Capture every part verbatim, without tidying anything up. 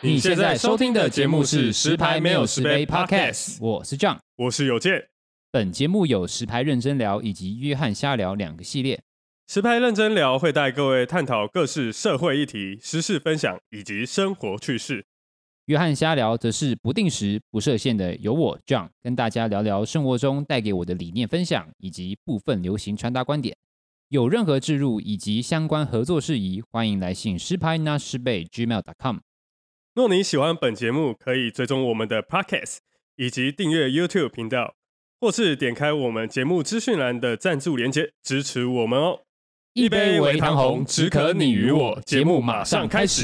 你现在收听的节目是十排没有十杯 Podcast， 我是 John， 我是有健。 本节目有十排认真聊以及约翰瞎聊两个系列。 十排认真聊会带各位探讨各式社会议题、时事分享以及生活趣事。 约翰瞎聊则是不定时不设限的，由我 John 跟大家聊聊生活中带给我的理念分享以及部分流行传达观点。有任何置入以及相关合作事宜，欢迎来信十排那十杯 gmail 点 com。 若你喜欢本节目，可以追踪我们的 Podcast 以及订阅 YouTube 频道，或是点开我们节目资讯栏的赞助连结支持我们哦。 一杯微糖红，只可你与我。节目马上开始。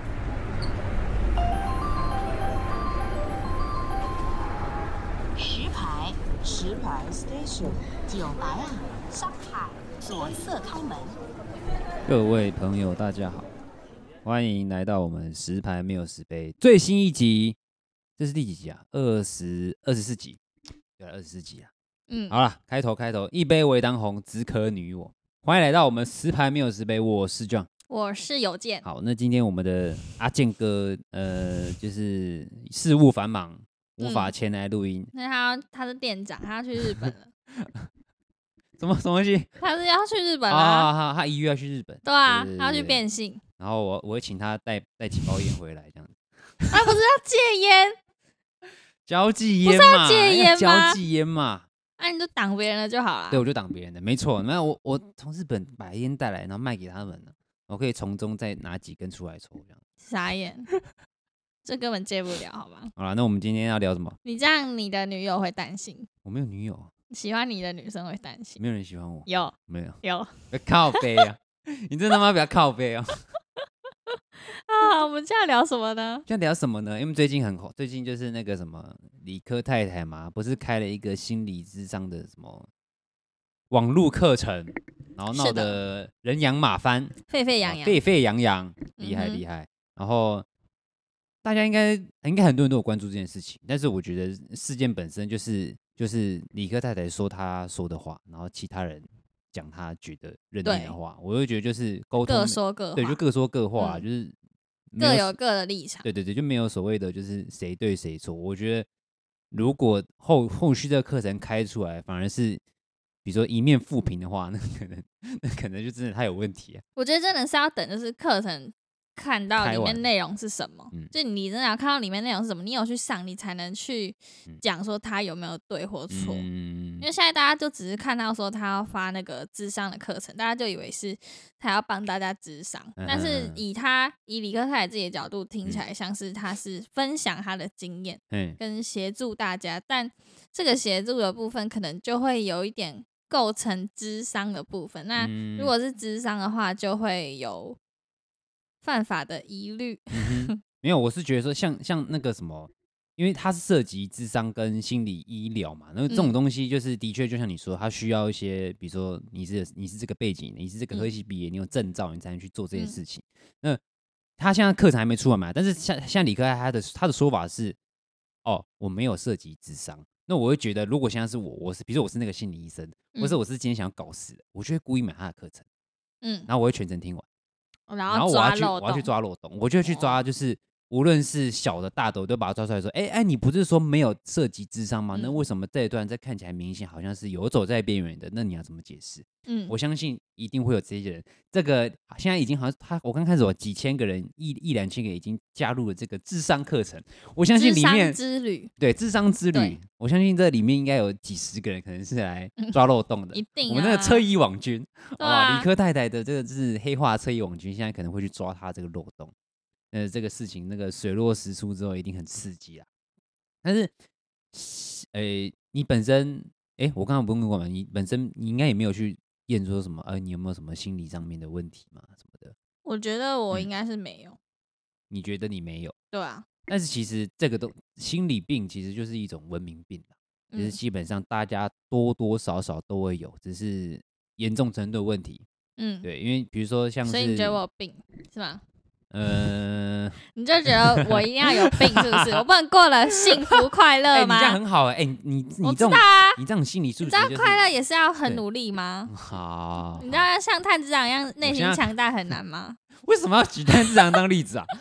十排，十排 Station， 九排啊，上海，左侧开门。 各位朋友，大家好。欢迎来到我们十排没有十杯最新一集，这是第几集啊？二十二十四集，对，二十四集啊。嗯，好了，开头开头，一杯微糖红，只可你与我。欢迎来到我们十排没有十杯，我是 John， 我是有健。 好，那今天我们的阿健哥，呃，就是事务繁忙，无法前来录音。 那、嗯、他他是店长，他要去日本了。 什么什么东西？ 他是要去日本了啊！他一月要去日本。 对啊， 对对对对， 他要去变性。 然后我我会请他带带几包烟回来，这样子。 他不是要戒烟？ 交际烟嘛， 不是要戒烟吗？ 交际烟嘛。 那、啊、你就挡别人的就好了。 对，我就挡别人的，没错。那我我从日本把烟带来，然后卖给他们了，我可以从中再拿几根出来抽，这样。 傻眼，这根本戒不了，好吗？ 好了，那我们今天要聊什么？ 你这样，你的女友会担心。 我没有女友。 喜欢你的女生会担心。 没有人喜欢我。 有。 没有。 有。 不要靠背啊！你真他妈不要靠背啊！ 啊，我们现在聊什么呢？ 现在聊什么呢？因为最近很红，最近就是那个什么理科太太嘛，不是开了一个心理諮商的什么网路课程，然后闹得人仰马翻， 沸沸扬扬， 沸沸扬扬，厉害厉害。嗯、然后大家应该应该很多人都有关注这件事情，但是我觉得事件本身就是就是理科太太说她说的话，然后其他人讲他觉得认定的话，我会觉得就是沟通各说各话， 对，就各说各话，嗯、就是各有各的立场。 对对对，就没有所谓的就是谁对谁错。我觉得如果后后续这个课程开出来，反而是比如说一面负评的话，那可能那可能就真的太有问题啊。 我觉得真的是要等，就是课程看到里面内容是什么，嗯、就你真的要看到里面内容是什么，你有去上，你才能去讲说他有没有对或错。嗯、因为现在大家就只是看到说他要发那个諮商的课程，大家就以为是他要帮大家諮商，嗯、但是以他以理科太太自己的角度听起来，像是他是分享他的经验，嗯、跟协助大家，但这个协助的部分可能就会有一点构成諮商的部分。那如果是諮商的话，就会有犯法的疑虑。 嗯、没有，我是觉得说像像那个什么，因为它是涉及諮商跟心理医疗嘛，那这种东西就是的确就像你说，它需要一些，比如说你是你是这个背景，你是这个科系毕业，你有证照，你才能去做这件事情。嗯、那他现在课程还没出来嘛，但是像像理科他的他的说法是，哦，我没有涉及諮商。那我会觉得，如果现在是我，我是比如说我是那个心理医生，嗯、或者我是今天想要搞事的，我就会故意买他的课程，嗯，然后我会全程听完。 然后然后我要去，我要去抓漏洞，我就会去抓，就是、哦、无论是小的大的，我都把它抓出来说，哎哎，你不是说没有涉及諮商吗？嗯、那为什么这一段在看起来明显好像是游走在边缘的？那你要怎么解释？嗯，我相信一定会有这些人。这个现在已经好像他，我刚开始有几千个人，一一两千个已经加入了这个諮商课程。我相信里面諮商之旅， 对諮商之旅，我相信这里面应该有几十个人可能是来抓漏洞的。 嗯、一定、啊， 我们那个车衣网军，哇、啊，理科太太的这个是黑化车衣网军，现在可能会去抓他这个漏洞。呃，这个事情那个水落石出之后，一定很刺激啊。但是，呃，你本身，哎，我刚刚不是问过吗？你本身你应该也没有去验说什么，呃，你有没有什么心理上面的问题嘛，什么的？ 我觉得我应该是没有、嗯。 你觉得你没有？ 对啊。 但是其实这个都心理病，其实就是一种文明病啦，嗯、就是基本上大家多多少少都会有，只是严重程度的问题。嗯，对，因为比如说像是， 所以你觉得我有病是吗？ 呃， 你就觉得我一定要有病是不是？我不能过了幸福快乐吗？ 欸、你这样很好哎、欸，你你你这种、 啊、 你这种心理素质、 就是，你知道快乐也是要很努力吗？ 好， 你知道像炭治郎一样内心强大很难吗？ 为什么要举炭治郎当例子啊？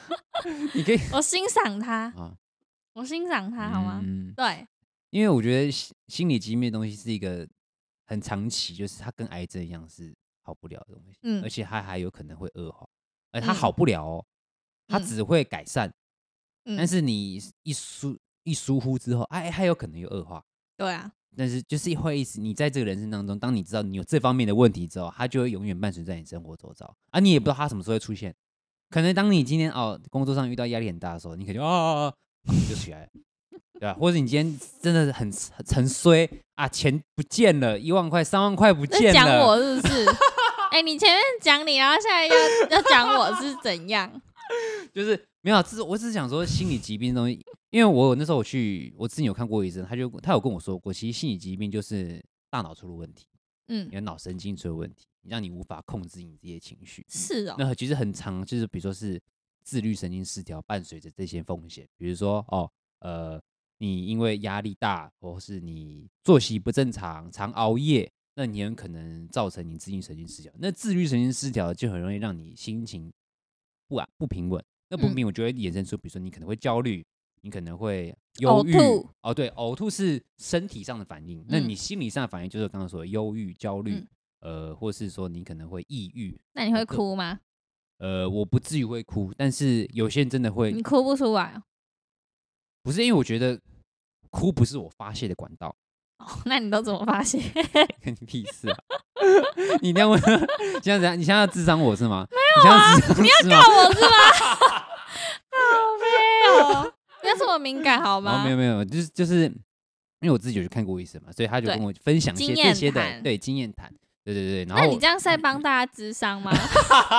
你可以， 我欣赏他，啊、我欣赏他，好吗？嗯，对， 因为我觉得心理疾病的东西是一个很长期，就是它跟癌症一样是好不了的东西，嗯，而且它还有可能会恶化，而它好不了哦，嗯、它只会改善，嗯、但是你一疏一疏忽之后，哎，还有可能有恶化， 对啊。 但是就是会意思，你在这个人生当中，当你知道你有这方面的问题之后，它就会永远伴随在你生活周遭啊，你也不知道它什么时候会出现。可能当你今天哦工作上遇到压力很大的时候，你可能哦哦就起来了，对吧？或者你今天真的很很衰啊，钱不见了，一万块、三万块不见了， 讲我是不是？哎、欸，你前面讲你，然后现在要要讲我是怎样？ 就是没有，这我只是想说心理疾病的东西。因为我那时候我去，我之前有看过医生，他就他有跟我说过，其实心理疾病就是大脑出了问题，嗯，你的脑神经出了问题，让你无法控制你这些情绪。 是哦， 那其实很常，就是比如说是自律神经失调伴随着这些风险，比如说哦，呃，你因为压力大，或是你作息不正常，常熬夜，那你很可能造成你自律神经失调。那自律神经失调就很容易让你心情不安、不平稳。那不平稳就会衍生出，比如说你可能会焦虑。你可能会忧郁哦，对，呕吐是身体上的反应，嗯、那你心理上的反应就是刚刚说的忧郁、焦虑，嗯、呃，或是说你可能会抑郁。 那你会哭吗？ 呃，我不至于会哭，但是有些人真的会。 你哭不出来、哦？ 不是，因为我觉得哭不是我发泄的管道。 哦，那你都怎么发泄？ 跟你屁事啊！你这样问，现在怎样？你现在要智商我是吗？ 没有啊，你, 你要告我是吗？好没有。不要这么敏感好吗？ 哦、没有没有，就是就是，因为我自己有去看过医生嘛，所以他就跟我分享一些这些的，对经验谈，对对对。然后那你这样是在帮大家諮商吗？是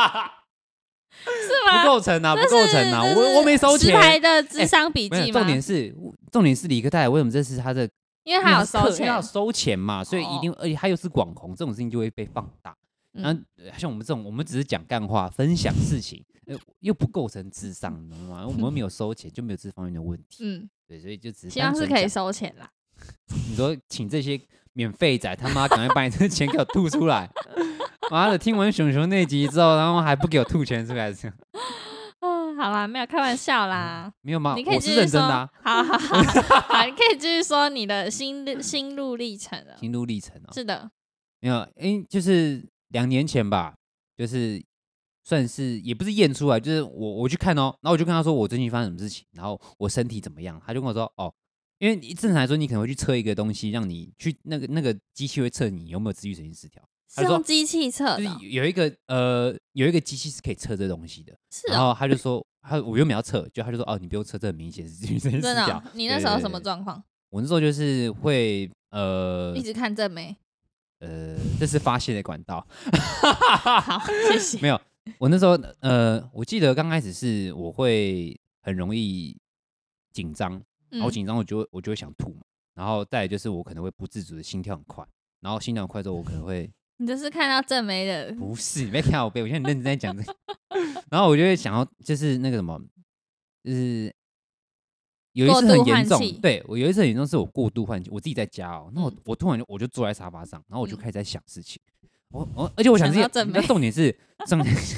吗？ 不构成啊，不构成啊，我我没收钱。 实牌的諮商笔记吗？ 重点是重点是理科太太为什么这是他的？ 因为他有收钱， 他有收钱嘛，所以一定，哦、而且他又是网红，这种事情就会被放大。然后像我们这种，我们只是讲干话，分享事情。又不构成諮商，你知道吗？我们没有收钱，就没有这方面的问题。嗯，对，所以就只是希望是可以收钱啦。 你说请这些免费仔，他妈赶快把你这钱给我吐出来！妈的，听完熊熊那集之后，然后还不给我吐钱出来，这样。 嗯，好啦，没有开玩笑啦。 嗯、没有吗？ 你可以我是认真的、啊。 好好好，好，你可以继续说你的心心路历程了。 心路历程哦。 是的。 没有，因为就是两年前吧，就是。算是也不是验出来，就是我我去看哦，然后我就跟他说我最近发生什么事情，然后我身体怎么样，他就跟我说哦，因为正常来说你可能会去测一个东西，让你去那个那个机器会测你有没有自律神经失调， 是用机器测的， 就是有一个呃有一个机器是可以测这东西的， 是、哦， 然后他就说他我原本要测，就他就说哦你不用测，这很明显是自律神经失调。 真的、哦，你那时候什么状况？ 我那时候就是会呃一直看正妹， 呃这是发泄的管道。 好，谢谢。 没有。我那时候，呃，我记得刚开始是我会很容易紧张，然后紧张我就会我就会想吐嘛，然后再来就是我可能会不自主的心跳很快，然后心跳很快之后我可能会， 你这是看到正妹的？ 不是，你别看到我背，我现在很认真在讲这个，然后我就会想要就是那个什么，就是有一次很严重，对我有一次很严重是我过度换气，我自己在家哦，那我、嗯、我突然就我就坐在沙发上，然后我就开始在想事情。嗯我我而且我想这些，那重点是重点是，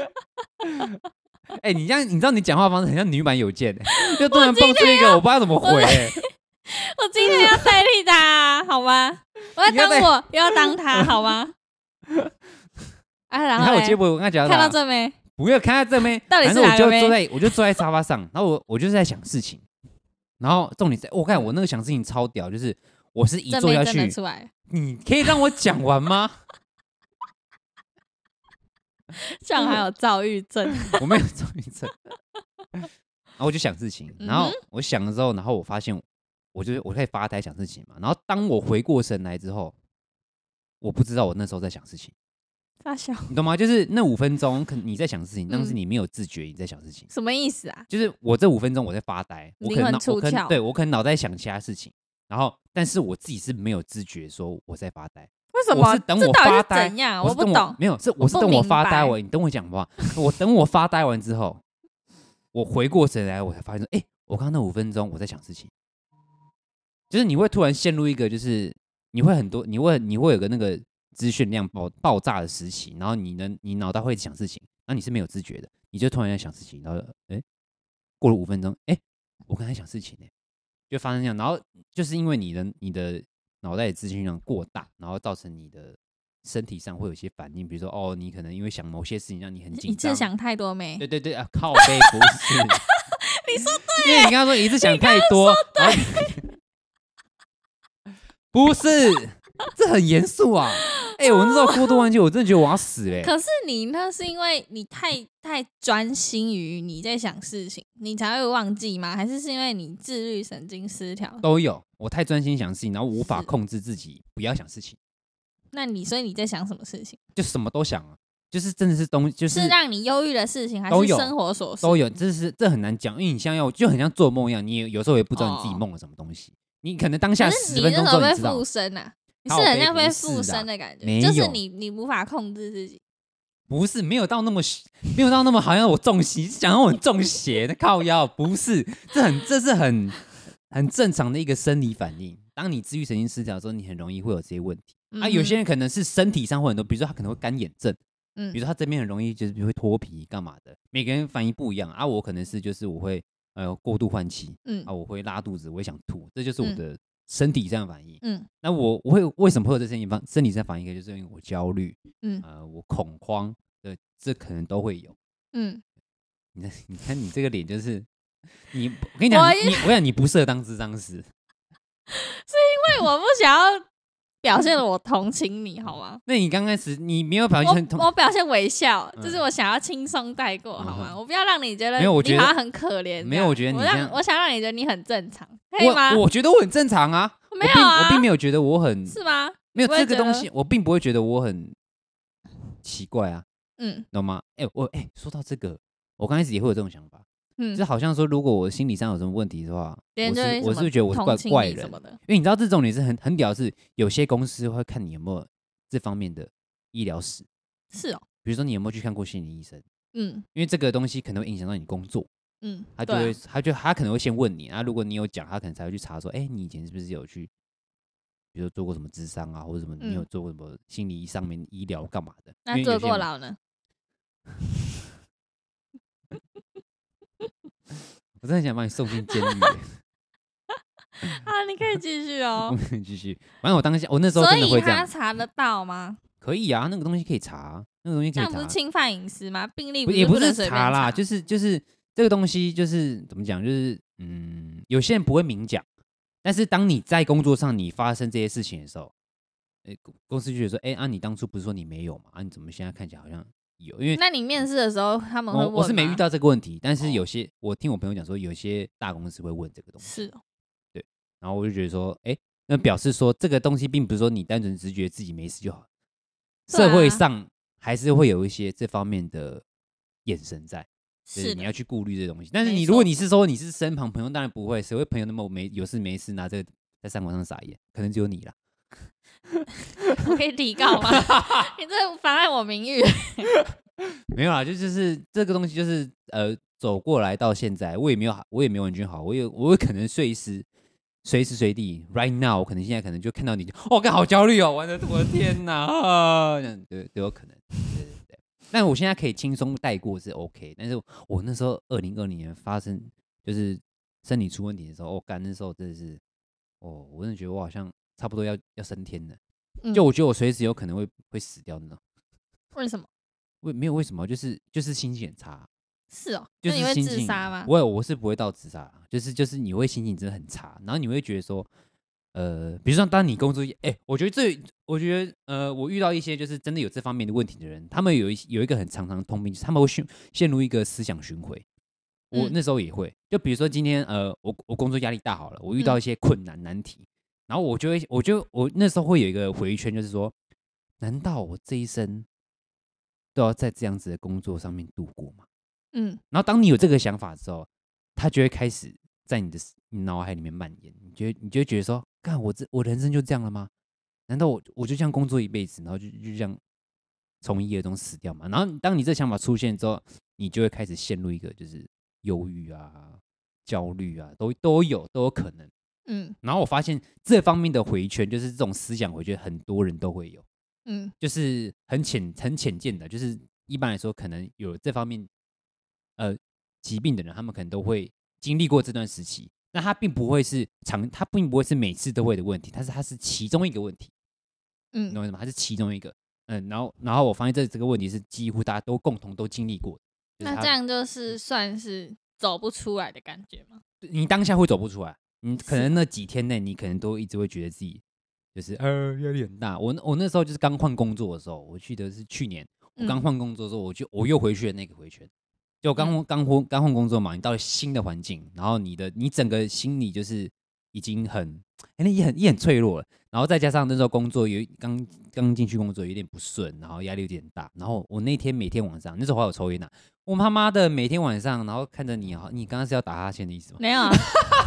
哎、欸，你这样你知道你讲话方式很像女版有见、欸，就突然蹦出一个我不知道怎么回、欸我。我今天要代替他，好吗？我要当我，又要当他，好吗？啊，然后你看我接不？我跟他讲， 看到这没？ 不要看到这没？ 到底是哪个没？ 我就坐在，我就坐在沙发上，然后我我就是在想事情，然后重点是，我看我那个想事情超屌，就是我是一坐下去，你可以让我讲完吗？ 这样还有躁郁症？ 我没有躁郁症。然后我就想事情，然后我想了之后，然后我发现，我就我可以发呆想事情嘛。然后当我回过神来之后，我不知道我那时候在想事情。 发笑， 你懂吗？就是那五分钟，可能你在想事情，但是你没有自觉你在想事情。 什么意思啊？ 就是我这五分钟我在发呆，我可能我可能对我可能脑袋想其他事情，然后但是我自己是没有自觉说我在发呆。 为什么？ 我是等我发呆， 怎样？ 我不懂。 没有，是我是等我发呆完，你等我讲话。我等我发呆完之后，我回过神来，我才发现说，哎、欸，我刚刚那五分钟我在想事情，就是你会突然陷入一个，就是你会很多，你会你会有个那个资讯量爆爆炸的时期，然后你呢，你脑袋会想事情，然后你是没有自觉的，你就突然在想事情，然后哎、欸， 过了五分钟，哎、欸，我刚才想事情呢、欸，就发生这样，然后就是因为你的你的脑袋的资讯量过大，然后造成你的身体上会有一些反应，比如说哦，你可能因为想某些事情让你很紧张， 一次想太多没？ 对对对啊，靠背不是， 你说对， 因为你刚刚说一次想太多， 刚刚不是，这很严肃啊。哎、欸，我那时候过度忘记，我真的觉得我要死嘞、欸。 可是你那是因为你太太专心于你在想事情，你才会忘记吗？还是是因为你自律神经失调？ 都有，我太专心想事情，然后无法控制自己不要想事情。 那你所以你在想什么事情？ 就什么都想啊，就是真的是东，就是是让你忧郁的事情，还是生活琐事？ 都有，这是这很难讲，因为你像要就很像做梦一样，你有时候也不知道你自己梦了什么东西，哦、你可能当下十分钟之后你知道。 你那时候被附身啊？你是很像被附身的感觉，就是你你无法控制自己。 不是，没有到那么没有到那么好像我中邪，讲到我很中邪的靠腰，不是，这很这是很很正常的一个生理反应。当你自律神经失调的时候，你很容易会有这些问题、嗯、啊。有些人可能是身体上会很多，比如说他可能会干眼症，嗯，比如说他这边很容易就是会脱皮干嘛的，每个人反应不一样啊。我可能是就是我会呃过度换气，嗯啊，我会拉肚子，我会想吐，这就是我的。嗯身体上的反应，嗯，那我我会为什么会有这身体方身体上反应？一个就是因为我焦虑，嗯，呃，我恐慌的，这可能都会有，嗯，你你看你这个脸就是你，我跟你讲，你我想你不适合当咨商师，是因为我不想要表现我同情你，好吗？ 那你刚开始你没有表现同， 我, 我表现微笑，嗯、就是我想要轻松带过，好吗？嗯、我不要让你觉得你好像很可怜， 没有，我觉得你我让我想让你觉得你很正常，可以吗？ 我, 我觉得我很正常啊， 没有啊， 我 并, 我并没有觉得我很是吗？ 没有这个东西，我并不会觉得我很奇怪啊，嗯，懂吗？哎、欸，我哎、欸，说到这个，我刚开始也会有这种想法。嗯，就好像说，如果我心理上有什么问题的话，我是我是觉得我是怪怪人，因为你知道这种你是很很屌，是有些公司会看你有没有这方面的医疗史， 是哦， 比如说你有没有去看过心理医生，嗯，因为这个东西可能会影响到你工作，嗯，他就会、啊、他就他可能会先问你啊，如果你有讲，他可能才会去查说，哎、欸，你以前是不是有去，比如说做过什么諮商啊，或者什么你有做过什么心理上面医疗干嘛的？ 那坐过牢呢？ 我真的想把你送进监狱。 啊，你可以继续哦。 我可以继续。反正我当下，我那时候真的会这样。 所以他查得到吗？ 可以啊，那个东西可以查，那个东西可以查。 这样不是侵犯隐私吗？病历不也不是查查啦，就是就是这个东西就是怎么讲，就是嗯，有些人不会明讲，但是当你在工作上你发生这些事情的时候，哎、欸，公司就觉得说，哎、欸、啊，你当初不是说你没有嘛？啊，你怎么现在看起来好像？有，因为那你面试的时候他们会问吗？ 我是没遇到这个问题，但是有些、哦、我听我朋友讲说，有些大公司会问这个东西。 是哦， 对，然后我就觉得说，哎、欸，那表示说这个东西并不是说你单纯只觉得自己没事就好，啊、社会上还是会有一些这方面的眼神在，就是你要去顾虑这东西。但是你如果你是说你是身旁朋友，当然不会，谁会朋友那么没有事没事拿这个在三观上撒野？可能只有你啦。 我可以提告吗？你这妨碍我名誉。 没有啦，就就是这个东西，就是呃，走过来到现在，我也没有，我也没有完全好，我有，我有可能随时随时随地 ，right now， 我可能现在可能就看到你就，哦，干好焦虑哦，完了，我的天哪，啊、这样都都有可能。对对对，但我现在可以轻松带过是 OK， 但是我那时候二零二零年发生就是身体出问题的时候，哦，干那时候真的是，哦，我真的觉得我好像差不多要要升天了。就我觉得我随时有可能会会死掉那种。 为什么？ 为没有为什么，就是就是心情很差。 是哦， 就是那你会自杀吗？ 不会，我是不会到自杀，就是就是你会心情真的很差，然后你会觉得说，呃，比如说当你工作，哎、欸，我觉得这，我觉得呃，我遇到一些就是真的有这方面的问题的人，他们有一有一个很常常的通病，就是他们会陷陷入一个思想巡回。我那时候也会，就比如说今天呃，我我工作压力大好了，我遇到一些困难难题。嗯，然后我就会，我就我那时候会有一个回圈，就是说，难道我这一生都要在这样子的工作上面度过吗？嗯，然后当你有这个想法之后，他就会开始在你的脑海里面蔓延，你就你就会觉得说，干我这我人生就这样了吗？难道我我就这样工作一辈子，然后就就这样从一而终死掉嘛？然后当你这想法出现之后，你就会开始陷入一个就是忧郁啊、焦虑啊，都都有都有可能。嗯，然后我发现这方面的回圈，就是这种思想回圈，很多人都会有，嗯，就是很浅、很浅见的，就是一般来说可能有这方面，呃， 疾病的人，他们可能都会经历过这段时期。那它并不会是常，它并不会是每次都会的问题，但是它是其中一个问题。嗯，你懂我意思吗？它是其中一个。嗯，然后然后我发现这这个问题是几乎大家都共同都经历过的。 就是、那这样就是算是走不出来的感觉吗？ 你当下会走不出来，你可能那几天内，你可能都一直会觉得自己就是呃压力很大。我我那时候就是刚换工作的时候，我记得是去年我刚换工作的时候，我就我又回去了那个回圈。就刚刚换刚换工作嘛，你到了新的环境，然后你的你整个心理就是已经很，哎、欸，也很也很脆弱了。然后再加上那时候工作有刚刚进去工作有点不顺，然后压力有点大。然后我那天每天晚上，那时候我还有抽烟呐、啊，我他妈的每天晚上，然后看着你，你刚刚是要打哈欠的意思吗？ 没有啊。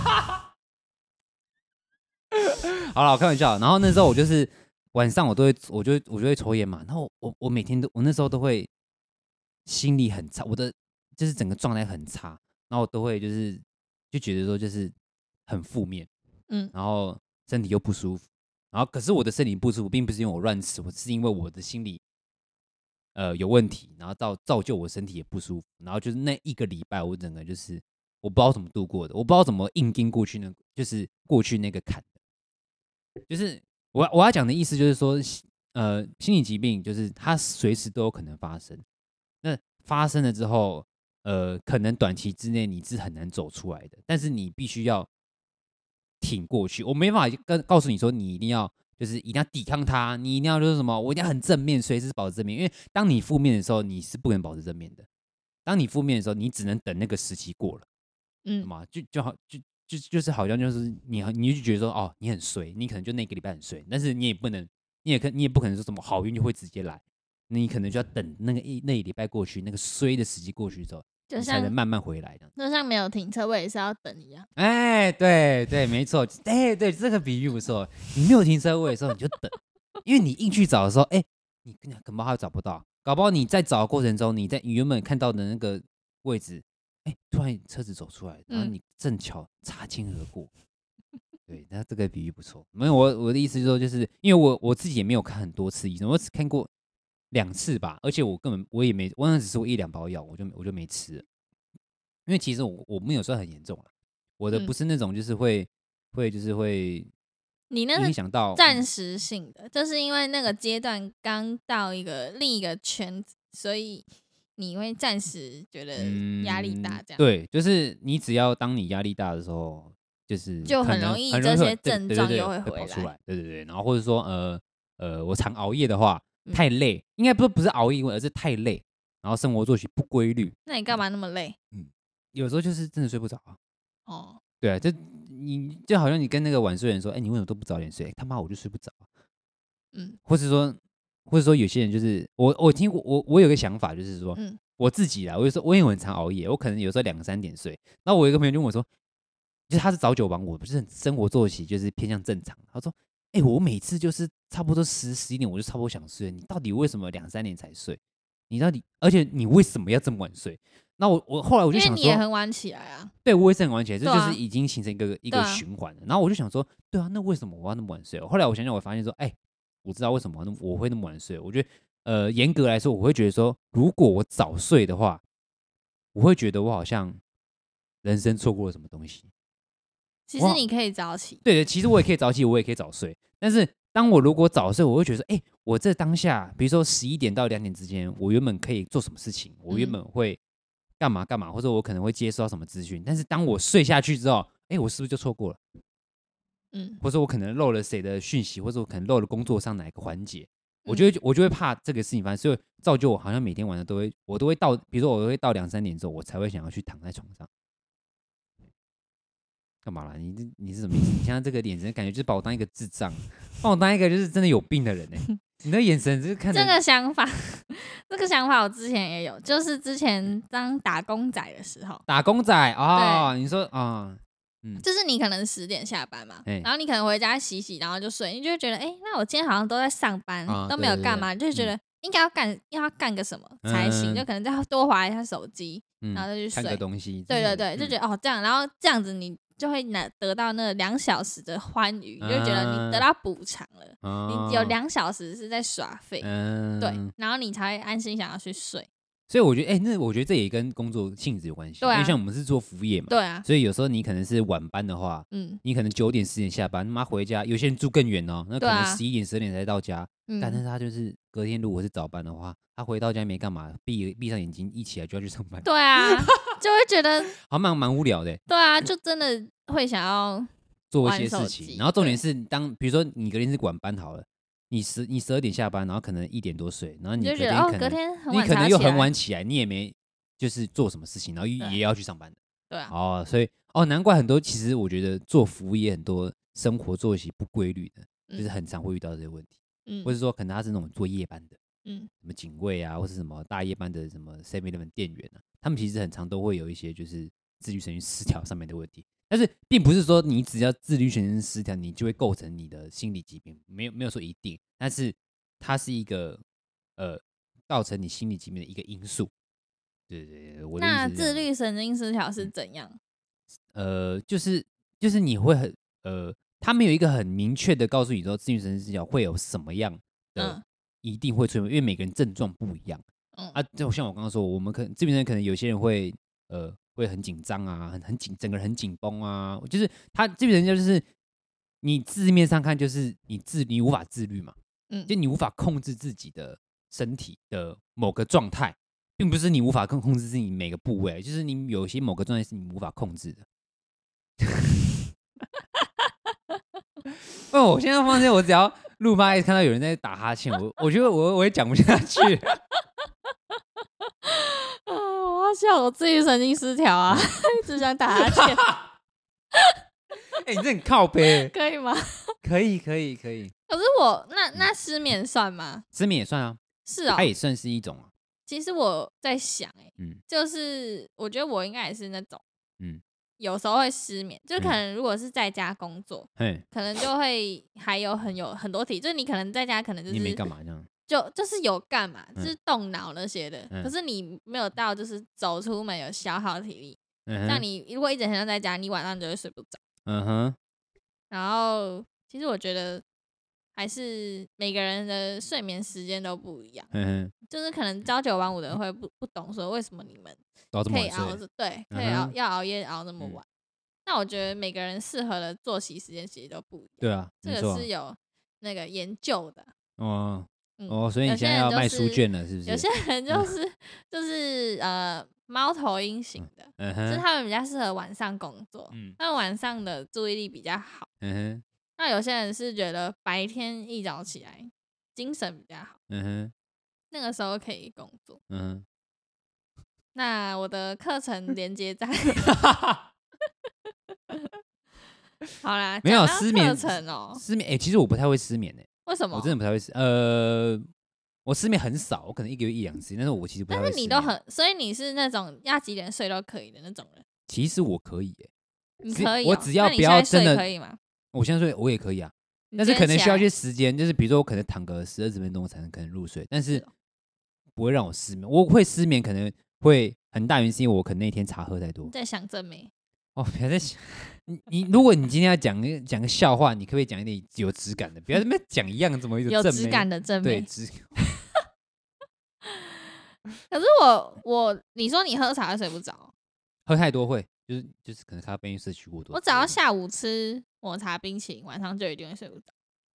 好了，我开玩笑。然后那时候我就是晚上我都会，我就我就会抽烟嘛。然后我我每天都我那时候都会心里很差，我的。就是整个状态很差，然后我都会就是就觉得说就是很负面，嗯，然后身体又不舒服，然后可是我的身体不舒服，并不是因为我乱吃，我是因为我的心理呃有问题，然后造造就我身体也不舒服，然后就是那一个礼拜，我整个就是我不知道怎么度过的，我不知道怎么硬盯过去那，就是过去那个坎的，就是我我要讲的意思就是说，呃，心理疾病就是它随时都有可能发生，那发生了之后。呃，可能短期之内你是很难走出来的，但是你必须要挺过去。我没办法跟告诉你说，你一定要就是一定要抵抗它，你一定要就是什么，我一定要很正面，随时保持正面。因为当你负面的时候，你是不能保持正面的。当你负面的时候，你只能等那个时期过了，嗯嘛，就就好就就就是好像就是你你就觉得说哦，你很衰，你可能就那个礼拜很衰，但是你也不能，你也可你也不可能说什么好运就会直接来，你可能就要等那个一那一礼拜过去，那个衰的时期过去之后。就像才能慢慢回来的， 就像没有停车位也是要等一样。 哎、欸，对对，没错，哎、欸，对，这个比喻不错。你没有停车位的时候，你就等，因为你硬去找的时候，哎、欸，你可能还找不到，搞不好你在找的过程中，你在你原本看到的那个位置，哎、欸，突然车子走出来，然后你正巧擦肩而过。嗯、对，那这个比喻不错。没有，我我的意思就是说，就是因为我我自己也没有看很多次医生，我只看过。两次吧，而且我根本我也没，我那只吃过一两包药，我就我就没吃了，因为其实我我没有算很严重了，我的不是那种就是会、嗯、会就是会， 你那影响到暂时性的，就是因为那个阶段刚到一个另一个圈子，所以你会暂时觉得压力大，这样、嗯、 对，就是你只要当你压力大的时候，就是就很容易这些症状又会回来， 跑出来，对对对，然后或者说呃呃，我常熬夜的话。太累，应该不不是熬夜，而是太累，然后生活作息不规律。 那你干嘛那么累？ 嗯，有时候就是真的睡不着啊。哦，对啊，就你就好像你跟那个晚睡人说，哎、欸，你为什么都不早点睡？欸、他妈我就睡不着。嗯，或者说，或者说有些人就是我我听过我我有个想法就是说，嗯，我自己啦，我就说我也很常熬夜，我可能有时候两三点睡。然后我有一个朋友就问我说，就是他是早九晚五，不是生活作息就是偏向正常。他说。哎、欸，我每次就是差不多十十一点，我就差不多想睡。你到底为什么两三点才睡？你到底，而且你为什么要这么晚睡？那我我后来我就想说， 因为你也很晚起来啊。 对，我也是很晚起来，这、啊、就是已经形成一个一个循环了。然后我就想说，对啊，那为什么我要那么晚睡？后来我想想，我发现说，哎、欸，我知道为什么我会那么晚睡。我觉得，呃，严格来说，我会觉得说，如果我早睡的话，我会觉得我好像人生错过了什么东西。 其实你可以早起， 对对，其实我也可以早起，我也可以早睡。但是当我如果早睡，我会觉得说，哎、欸，我这当下，比如说十一点到两点之间，我原本可以做什么事情，我原本会干嘛干嘛，或者我可能会接收到什么资讯。但是当我睡下去之后，哎、欸，我是不是就错过了？嗯，或者我可能漏了谁的讯息，或者我可能漏了工作上哪一个环节，我就会我就会怕这个事情发生，所以造就我好像每天晚上都会，我都会到，比如说我都会到两三点之后，我才会想要去躺在床上。干嘛啦？你你是什么意思？你现在这个眼神感觉就是把我当一个智障，把我当一个就是真的有病的人哎、欸！你的眼神就是看这个想法，这个想法我之前也有，就是之前当打工仔的时候， 打工仔哦，你说啊、哦， 嗯，就是你可能十点下班嘛，然后你可能回家洗洗，然后就睡，你就会觉得，哎、欸，那我今天好像都在上班，哦、都没有干嘛，对对对，就会觉得应该要干，要干个什么才行，嗯、就可能再多滑一下手机，嗯、然后就去睡， 看个东西， 对对对，就觉得、嗯、哦这样，然后这样子你。就会得到那两小时的欢愉，你就觉得你得到补偿了，嗯、你有两小时是在耍废，嗯、对，然后你才会安心想要去睡。 所以我觉得，哎、欸，那我觉得这也跟工作性质有关系。对、啊，因为像我们是做服务业嘛， 对啊， 所以有时候你可能是晚班的话，嗯，你可能九点十点下班，妈回家，有些人住更远哦，那可能十一点十二点才到家。嗯，但是他就是隔天如果是早班的话，他回到家没干嘛，闭闭上眼睛一起来就要去上班。 对啊，就会觉得好蛮蛮无聊的。 对啊，就真的会想要做一些事情。然后重点是当，比如说你隔天是晚班好了。你十你十二点下班，然后可能一点多睡，然后你隔天可能、 哦、隔天很晚你可能又很晚起来，你也没就是做什么事情，然后也要去上班的。 对啊。 哦，所以哦，难怪很多其实我觉得做服务业很多生活作息不规律的，嗯、就是很常会遇到这些问题。嗯。或者说可能他是那种做夜班的，嗯，什么警卫啊，或是什么大夜班的什么 seven eleven 店员啊，他们其实很常都会有一些就是自律神经失调上面的问题。但是并不是说你只要自律神经失调，你就会构成你的心理疾病，没有没有说一定，但是它是一个呃造成你心理疾病的一个因素。对对对，我的意思是那自律神经失调是怎样？ 呃，就是就是你会很呃，他没有一个很明确的告诉你说自律神经失调会有什么样的，嗯、一定会出现，因为每个人症状不一样。嗯啊，就像我刚刚说，我们可能这边人可能有些人会呃。会很紧张啊，很很紧，整个人很紧绷啊。就是他这边人就是你字面上看就是你自你无法自律嘛，嗯，就你无法控制自己的身体的某个状态，并不是你无法控控制自己每个部位，就是你有些某个状态是你无法控制的。因为我现在发现，我只要录吧看到有人在打哈欠，我我觉得我我也讲不下去。 笑我自律神经失调啊，一直想打哈欠。 哎、欸，你这很靠北， 可以吗？ 可以，可以，可以。 可是我那那失眠算吗？ 失眠也算啊， 是啊、哦， 它也算是一种啊。 其实我在想、欸，哎，嗯，就是我觉得我应该也是那种，嗯，有时候会失眠，就可能如果是在家工作，嗯，可能就会还有很有很多题，就是你可能在家可能就是你没干嘛这样。 就就是有干嘛，就是动脑那些的、嗯，可是你没有到就是走出门有消耗体力。嗯、像你如果一整天都在家，你晚上就会睡不着。嗯哼。然后其实我觉得还是每个人的睡眠时间都不一样。嗯哼。就是可能朝九晚五的人会不不懂说为什么你们可以熬着，对，可以熬、嗯、要熬夜熬那么晚。那、嗯、我觉得每个人适合的作息时间其实都不一样。 对啊， 这个是有那个研究的。 哦。哦，所以你现在要卖书卷了，是不是？ 有些人就是、嗯、就是呃猫头鹰型的，嗯、就是他们比较适合晚上工作，嗯，那晚上的注意力比较好。嗯哼。那有些人是觉得白天一早起来精神比较好，嗯哼，那个时候可以工作。嗯哼。那我的课程连接在好啦， 没有失眠课程哦， 失眠哎、欸，其实我不太会失眠哎、欸。 为什么？ 我真的不太会失，呃，我失眠很少，我可能一个月一两次，但是我其实不太会失眠。 但是你都很，所以你是那种要几点睡都可以的那种人。 其实我可以耶、 欸，你可以、喔， 我只要不要真的可以吗？ 我现在睡我也可以啊，但是可能需要一些时间，就是比如说我可能躺个十二十分钟才能可能入睡，但是不会让我失眠。我会失眠可能会很大原因是因为我可能那天茶喝太多。 在想正妹。 哦，不要再想你你，如果你今天要讲讲个笑话，你可不可以讲一点有质感的？不要在那边讲一样怎么一有质感的正妹。 对，质感。 可是我我你说你喝茶会睡不着， 喝太多会，就是就是可能咖啡因摄取过多。 我只要下午吃抹茶冰淇淋，晚上就一定会睡不着。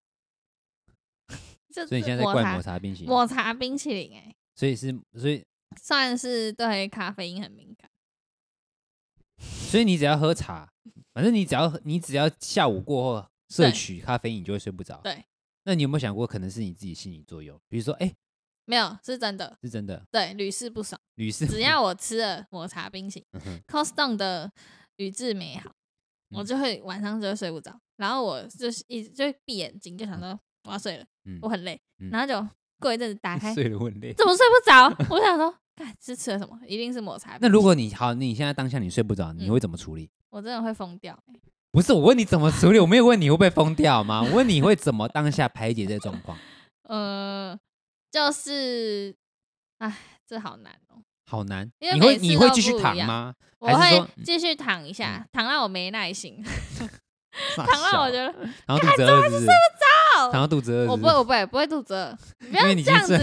所以你现在在怪抹茶冰淇淋？ 抹茶冰淇淋哎、欸， 所以是所以算是对咖啡因很敏感。 所以你只要喝茶，反正你只要你只要下午过后摄取咖啡因，你就会睡不着。对，那你有没有想过，可能是你自己心理作用？比如说，哎、欸， 没有，是真的， 是真的， 对，屡试不爽。 屡试， 只要我吃了抹茶冰淇淋、嗯、，Costco 的宇治美好，我就会晚上就会睡不着，然后我就是一直就会闭眼睛，就想说我要睡了，嗯、我很累，嗯、然后就过一阵子打开， 睡了我很累， 怎么睡不着？我想说。看是吃了什么，一定是抹茶。 那如果你好，你现在当下你睡不着，你会怎么处理？嗯、 我真的会疯掉、欸。 不是我问你怎么处理，我没有问你会不会疯掉吗？我问你会怎么当下排解这个状况？ 呃，就是，哎，这好难哦、喔， 好难。你会你会继续躺吗？ 我会继续躺一下，嗯、躺到我没耐心，躺到我觉得， 然后肚子饿是不是？ 睡不着， 躺到肚子饿， 我不会，我不会，不会肚子饿，不要这样子。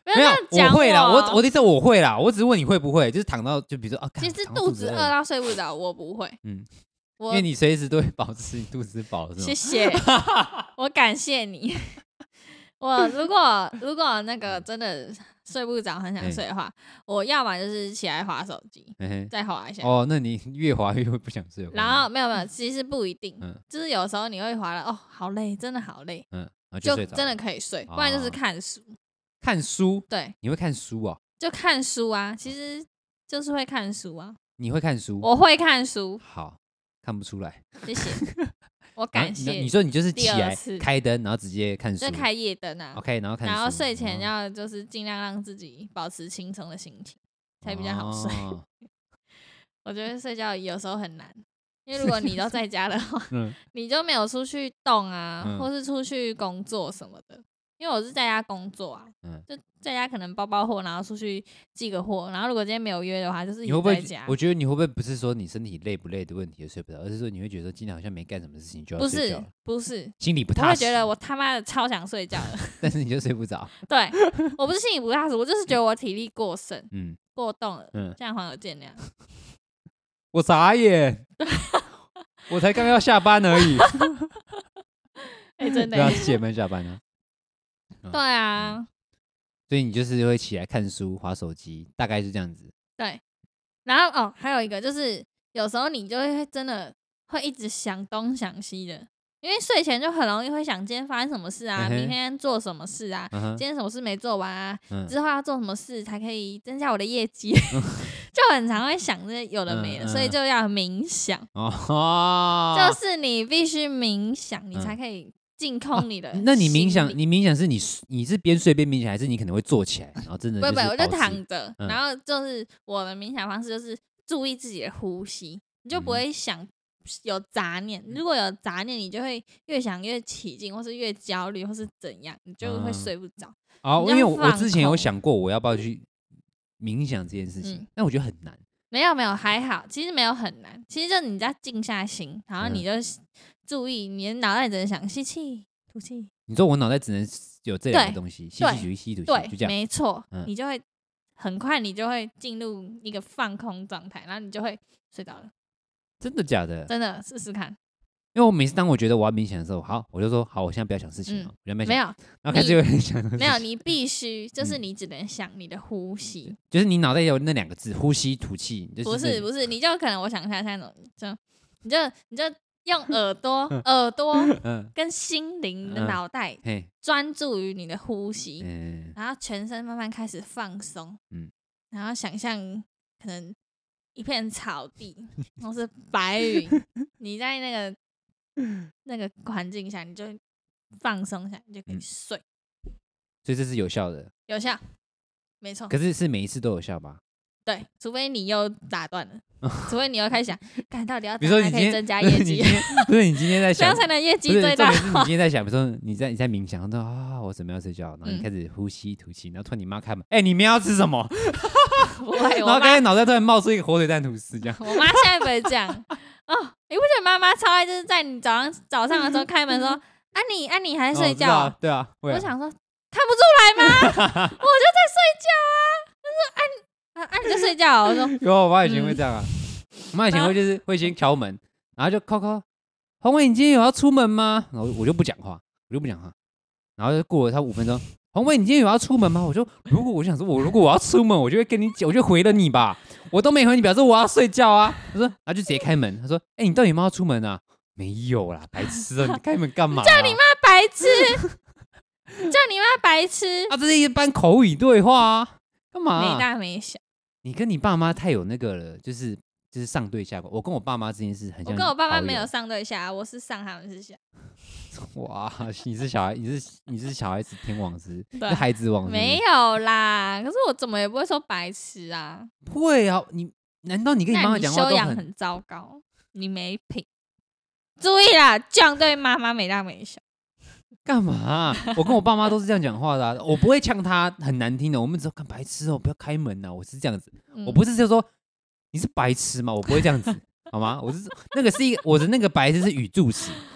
没有， 我会啦，我我的意思我会啦，我只是问你会不会，就是躺到就比如说啊， 其实肚子饿到睡不着，我不会，嗯， 因为你随时都会保持你肚子饱，是吗？ 谢谢，我感谢你。我如果如果那个真的睡不着，很想睡的话，我要么就是起来滑手机，再滑一下。 哦，那你越滑越会不想睡。 然后没有没有，其实不一定，嗯、就是有时候你会滑了，哦，好累，真的好累，嗯， 就, 就真的可以睡，不然就是看书。哦、 看书？ 对， 你会看书哦？ 就看书啊，其实就是会看书啊。 你会看书？ 我会看书。 好，看不出来。 谢谢。我感谢你, 你说你就是起来开灯，然后直接看书， 就开夜灯啊。 OK， 然后看书， 然后睡前要就是尽量让自己保持轻松的心情，才比较好睡。哦、我觉得睡觉有时候很难，因为如果你都在家的话，嗯、你就没有出去动啊，嗯、或是出去工作什么的。因为我是在家工作啊，嗯、就在家可能包包货，然后出去寄个货，然后如果今天没有约的话，就是一直在家。 我觉得你会不会不是说你身体累不累的问题睡不着，而是说你会觉得今天好像没干什么事情就要睡觉了？ 不是，不是， 心里不踏实。 我会觉得我他妈的超想睡觉了， 但是你就睡不着。 对，我不是心里不踏实，我就是觉得我体力过剩，嗯，过动了，嗯，这样还有见谅。 我傻眼，我才刚要下班而已。 哎、欸，真的， 对啊，几点半下班呢？ 对啊、嗯， 所以你就是会起来看书、滑手机，大概是这样子。 对，然后哦，还有一个就是有时候你就会真的会一直想东想西的，因为睡前就很容易会想今天发生什么事啊，嗯、明天做什么事啊，嗯、今天什么事没做完啊，嗯、之后要做什么事才可以增加我的业绩，嗯、就很常会想这些有的没的，嗯、所以就要冥想。哦，就是你必须冥想，你才可以。净空你的、啊， 那你冥想，你冥想是你你是边睡边冥想，还是你可能会坐起来，然后真的？ 不不，我就躺着，嗯、然后就是我的冥想方式就是注意自己的呼吸，你就不会想有杂念。嗯、如果有杂念，你就会越想越起劲，或是越焦虑，或是怎样，你就会睡不着。 哦、嗯，因为我之前有想过我要不要去冥想这件事情，嗯、但我觉得很难。 没有没有，还好，其实没有很难，其实就你只要静下心，然后你就注意，你的脑袋只能想吸气、吐气。 你说我脑袋只能有这两个东西，吸气、吐气、吸吐气，就这样。 没错，嗯、你就会很快，你就会进入一个放空状态，然后你就会睡着了。 真的假的？ 真的，试试看。 因为我每次当我觉得我要冥想的时候，好，我就说好，我现在不要想事情了，嗯、我没有， 然后开始有点想。 没有，你必须就是你只能想你的呼吸， 嗯、就是你脑袋有那两个字，呼吸、吐气。就是、 不是不是，你就可能我想一下，像那种，就你就你就用耳朵、耳朵跟心灵的脑袋专注于你的呼吸，嗯、然后全身慢慢开始放松，嗯、然后想象可能一片草地，或是白云，你在那个。那个环境下，你就放松下，你就可以睡。 嗯、所以这是有效的， 有效，没错。 可是是每一次都有效吧？ 对，除非你又打断了，除非你又开始想，看到底要比如说你可以增加业绩， 不是你今天在想， 这样才能业绩最大。 是你今天在想，比如说你在你在冥想，说啊，我准备要睡觉，然后你开始呼吸吐气，然后突然你妈开门，哎、欸，你明天要吃什么？然后刚才脑袋突然冒出一个火腿蛋吐司，这样。 我妈现在不会这样。哦，你不觉得妈妈超爱就是在你早上早上的时候开门说啊你啊你还在睡觉、啊哦？对啊，我啊想说看不出来吗？我就在睡觉啊。她说啊你啊啊你在睡觉、啊？我说有，我妈以前会这样啊。嗯、我妈以前会就是会先敲门，然后就敲敲，宏伟你今天有要出门吗？然后我就不讲话，我就不讲话，然后就过了他五分钟。宏伟，你今天有要出门吗？我就如果我想说，我如果我要出门，我就会跟你讲，我就回了你吧。我都没回你，表示我要睡觉啊。他说，他就直接开门。他说，哎、欸，你到底有没有要出门啊？没有啦，白痴啊！你开门干嘛、啊？ 叫你妈白痴！叫你妈白痴！ 啊，这是一般口语对话啊，干嘛、啊？ 没大没小。 你跟你爸妈太有那个了，就是就是上对下。我跟我爸妈这件事很像。 我跟我爸妈没有上对下，我是上，他们是下。 哇，你是小孩，你是你是小孩子天王师，是孩子王是不是？ 没有啦，可是我怎么也不会说白痴啊。 会啊，你难道你跟你妈妈讲话都很？ 修养很糟糕，你没品。注意啦，这样对妈妈没大没小。 干嘛、啊？我跟我爸妈都是这样讲话的、啊，我不会呛他很难听的，我们只要看白痴哦，不要开门啊，我是这样子，嗯、我不是就说你是白痴吗？我不会这样子。好吗？我是那个是一个我的那个白痴是语助词，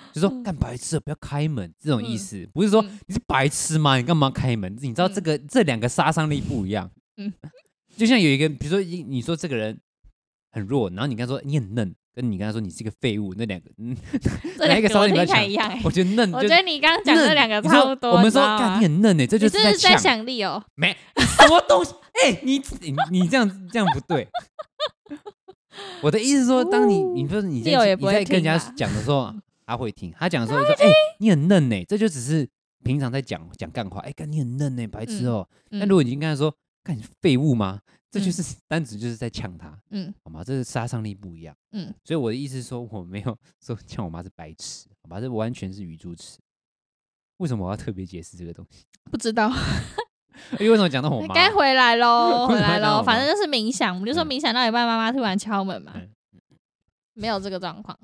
就说干白痴不要开门这种意思，嗯、不是说你是白痴吗？你干嘛开门？你知道这个、嗯、这两个杀伤力不一样。嗯，就像有一个，比如说你说这个人很弱，然后你跟他说你很嫩，跟你跟他说你是一个废物，那两个，嗯，哪一个杀伤力比较强？ 欸、 我觉得嫩， 我觉得你刚刚讲这两个差不多。 我们说干你很嫩哎、欸，这就是在在想力哦。 没什么东西哎、欸，你你你这样这样不对。我的意思是说，当你你说你在你在跟人家讲的时候，他会听。他讲的时候就说：“哎、欸，你很嫩哎、欸。”这就只是平常在讲讲干话。哎、欸，干你很嫩哎、欸，白痴哦、喔。那、嗯、如果你跟他说：“干你废物吗？”这就是、嗯、单纯就是在呛他，嗯，好吗？这是杀伤力不一样，嗯。所以我的意思是说，我没有说呛我妈是白痴，好吧？这完全是语助词。为什么我要特别解释这个东西？ 不知道。 因为为什么讲到我妈？ 该回来喽，回来喽。反正就是冥想，我们就说冥想到一半，妈妈突然敲门嘛，嗯、没有这个状况。